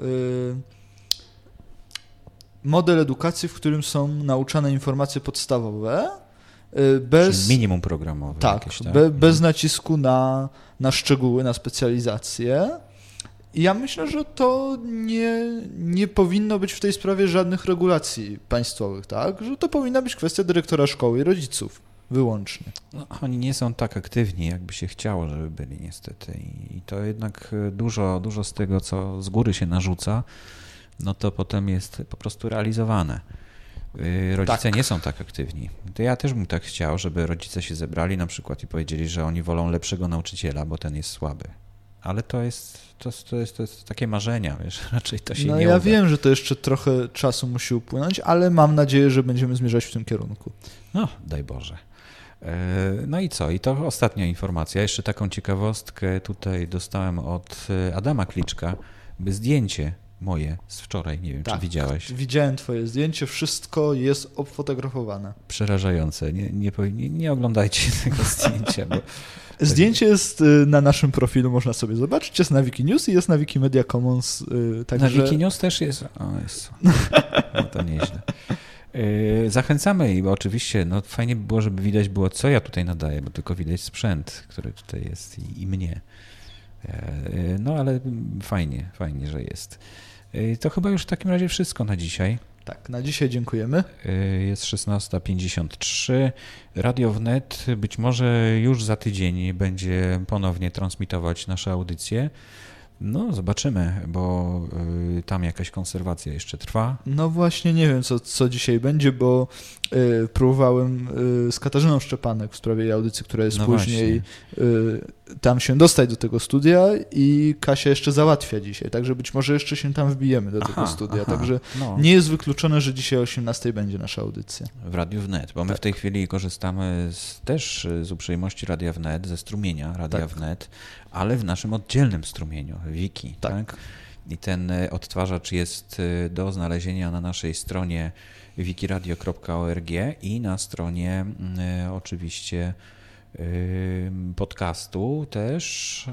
model edukacji, w którym są nauczane informacje podstawowe, bez... Czyli minimum programowe. Tak, jakieś, tak? Be, bez nacisku na, na szczegóły, na specjalizację. I ja myślę, że to nie, nie powinno być w tej sprawie żadnych regulacji państwowych, tak? Że to powinna być kwestia dyrektora szkoły i rodziców wyłącznie. No, oni nie są tak aktywni, jakby się chciało, żeby byli niestety. I to jednak dużo, dużo z tego, co z góry się narzuca, no to potem jest po prostu realizowane. Rodzice tak. nie są tak aktywni. To ja też bym tak chciał, żeby rodzice się zebrali na przykład i powiedzieli, że oni wolą lepszego nauczyciela, bo ten jest słaby. Ale to jest, to, to jest, to jest takie marzenia, wiesz, raczej to się no nie ja uda. wiem, że to jeszcze trochę czasu musi upłynąć, ale mam nadzieję, że będziemy zmierzać w tym kierunku. No, daj Boże. No i co? I to ostatnia informacja. Jeszcze taką ciekawostkę tutaj dostałem od Adama Kliczka, by zdjęcie moje z wczoraj, nie wiem, tak, czy widziałeś. Widziałem twoje zdjęcie, wszystko jest obfotografowane. Przerażające. Nie, nie, nie, nie oglądajcie tego zdjęcia. Bo zdjęcie jest na naszym profilu, można sobie zobaczyć, jest na Wikinews i jest na Wikimedia Commons. Także... Na Wikinews też jest? O, jest. No to nieźle. Zachęcamy i oczywiście, no fajnie by było, żeby widać było, co ja tutaj nadaję, bo tylko widać sprzęt, który tutaj jest i, i mnie. No ale fajnie, fajnie, że jest. To chyba już w takim razie wszystko na dzisiaj. Tak, na dzisiaj dziękujemy. Jest szesnasta pięćdziesiąt trzy. Radio Wnet być może już za tydzień będzie ponownie transmitować nasze audycje. No zobaczymy, bo y, tam jakaś konserwacja jeszcze trwa. No właśnie nie wiem, co, co dzisiaj będzie, bo y, próbowałem y, z Katarzyną Szczepanek w sprawie jej audycji, która jest No później, y, tam się dostać do tego studia i Kasia jeszcze załatwia dzisiaj, także być może jeszcze się tam wbijemy do Aha, tego studia, aha, także no. nie jest wykluczone, że dzisiaj o osiemnastej będzie nasza audycja. W Radiu Wnet, bo my Tak. w tej chwili korzystamy z, też z uprzejmości Radia Wnet, ze strumienia Radia Tak. Wnet, ale w naszym oddzielnym strumieniu, Wiki, tak? Tak. I ten odtwarzacz jest do znalezienia na naszej stronie wikiradio kropka org i na stronie y, oczywiście y, podcastu też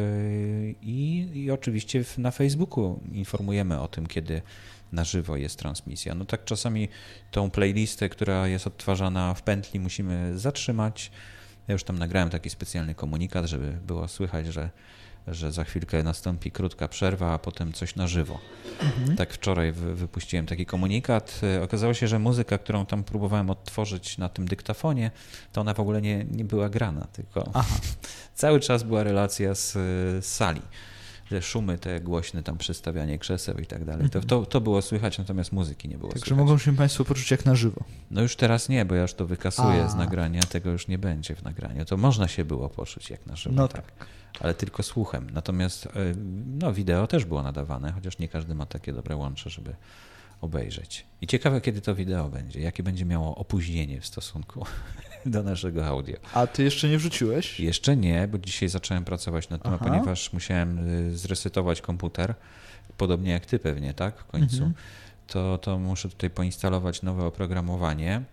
y, i, i oczywiście w, na Facebooku informujemy o tym, kiedy na żywo jest transmisja. No tak czasami tą playlistę, która jest odtwarzana w pętli, musimy zatrzymać. Ja już tam nagrałem taki specjalny komunikat, żeby było słychać, że że za chwilkę nastąpi krótka przerwa, a potem coś na żywo. Mhm. Tak wczoraj wy, wypuściłem taki komunikat. Okazało się, że muzyka, którą tam próbowałem odtworzyć na tym dyktafonie, to ona w ogóle nie, nie była grana, tylko Aha. cały czas była relacja z, z sali. Te szumy, te głośne tam przestawianie krzeseł i tak dalej. To, to, to było słychać, natomiast muzyki nie było Także słychać. mogą się Państwo poczuć jak na żywo. No już teraz nie, bo ja już to wykasuję A. z nagrania, tego już nie będzie w nagraniu. To można się było poczuć jak na żywo. No tak. tak. Ale tylko słuchem. Natomiast no, wideo też było nadawane, chociaż nie każdy ma takie dobre łącze, żeby obejrzeć. I ciekawe, kiedy to wideo będzie, jakie będzie miało opóźnienie w stosunku do naszego audio. A ty jeszcze nie wrzuciłeś? Jeszcze nie, bo dzisiaj zacząłem pracować nad tym, a ponieważ musiałem zresetować komputer, podobnie jak ty pewnie, tak, w końcu, mhm. to, to muszę tutaj poinstalować nowe oprogramowanie,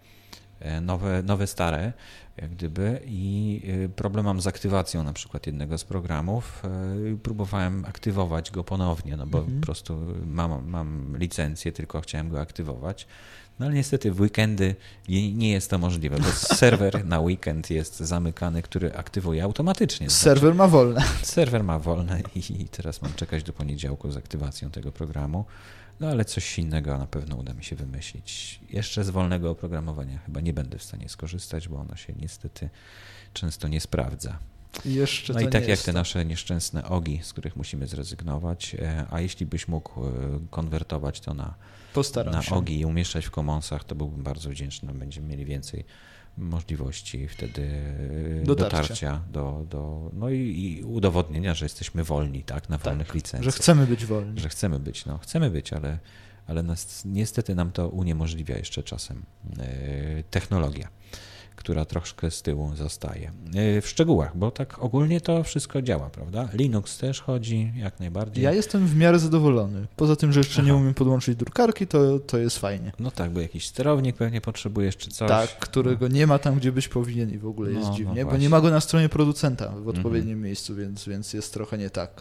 nowe, nowe stare, jak gdyby, i problem mam z aktywacją na przykład jednego z programów. Próbowałem aktywować go ponownie, no bo mhm. po prostu mam, mam licencję, tylko chciałem go aktywować. No ale niestety w weekendy nie jest to możliwe, bo serwer na weekend jest zamykany, który aktywuje automatycznie. Serwer znaczy, ma wolne. Serwer ma wolne i teraz mam czekać do poniedziałku z aktywacją tego programu. No ale coś innego na pewno uda mi się wymyślić. Jeszcze z wolnego oprogramowania chyba nie będę w stanie skorzystać, bo ono się niestety często nie sprawdza. I jeszcze no to i tak nie jak jest te to. nasze nieszczęsne ogi, z których musimy zrezygnować, a jeśli byś mógł konwertować to na, na ogi i umieszczać w commonsach, to byłbym bardzo wdzięczny. Będziemy mieli więcej możliwości wtedy dotarcia, dotarcia do, do no i, i udowodnienia, że jesteśmy wolni, tak, na wolnych tak, licencjach. Że chcemy być wolni. Że chcemy być, no chcemy być, ale, ale nas, niestety nam to uniemożliwia jeszcze czasem yy, technologia, która troszkę z tyłu zostaje. Yy, w szczegółach, bo tak ogólnie to wszystko działa, prawda? Linux też chodzi jak najbardziej. Ja jestem w miarę zadowolony. Poza tym, że jeszcze Aha. nie umiem podłączyć drukarki, to, to jest fajnie. No tak, bo jakiś sterownik pewnie potrzebujesz czy coś. Tak, którego no. nie ma tam, gdzie być powinien i w ogóle jest no, dziwnie, no bo nie ma go na stronie producenta w odpowiednim mhm. miejscu, więc, więc jest trochę nie tak.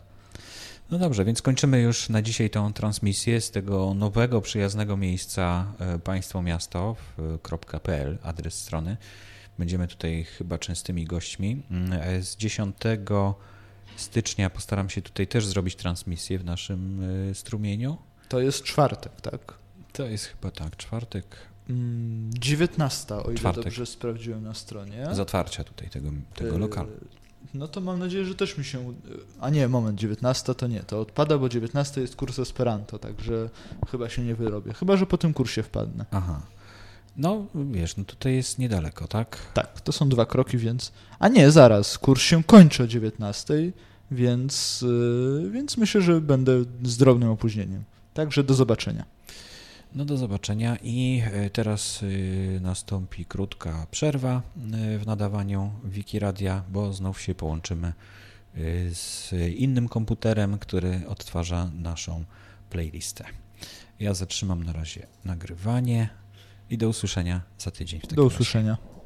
No dobrze, więc kończymy już na dzisiaj tą transmisję z tego nowego, przyjaznego miejsca państwo miasto kropka p l, adres strony. Będziemy tutaj chyba częstymi gośćmi. Z dziesiątego stycznia postaram się tutaj też zrobić transmisję w naszym strumieniu. To jest czwartek, tak? To jest chyba tak, czwartek. dziewiętnasta, o ile czwartek. dobrze sprawdziłem na stronie. Z otwarcia tutaj tego, tego lokalu. No to mam nadzieję, że też mi się... A nie, moment, dziewiętnasta to nie, to odpada, bo dziewiętnasta jest kurs Esperanto, także chyba się nie wyrobię. Chyba że po tym kursie wpadnę. Aha. No, wiesz, no tutaj jest niedaleko, tak? Tak, to są dwa kroki, więc... A nie, zaraz, kurs się kończy o dziewiętnastej, więc, yy, więc myślę, że będę z drobnym opóźnieniem. Także do zobaczenia. No do zobaczenia i teraz nastąpi krótka przerwa w nadawaniu Wikiradia, bo znów się połączymy z innym komputerem, który odtwarza naszą playlistę. Ja zatrzymam na razie nagrywanie i do usłyszenia za tydzień. W takim do usłyszenia. razie.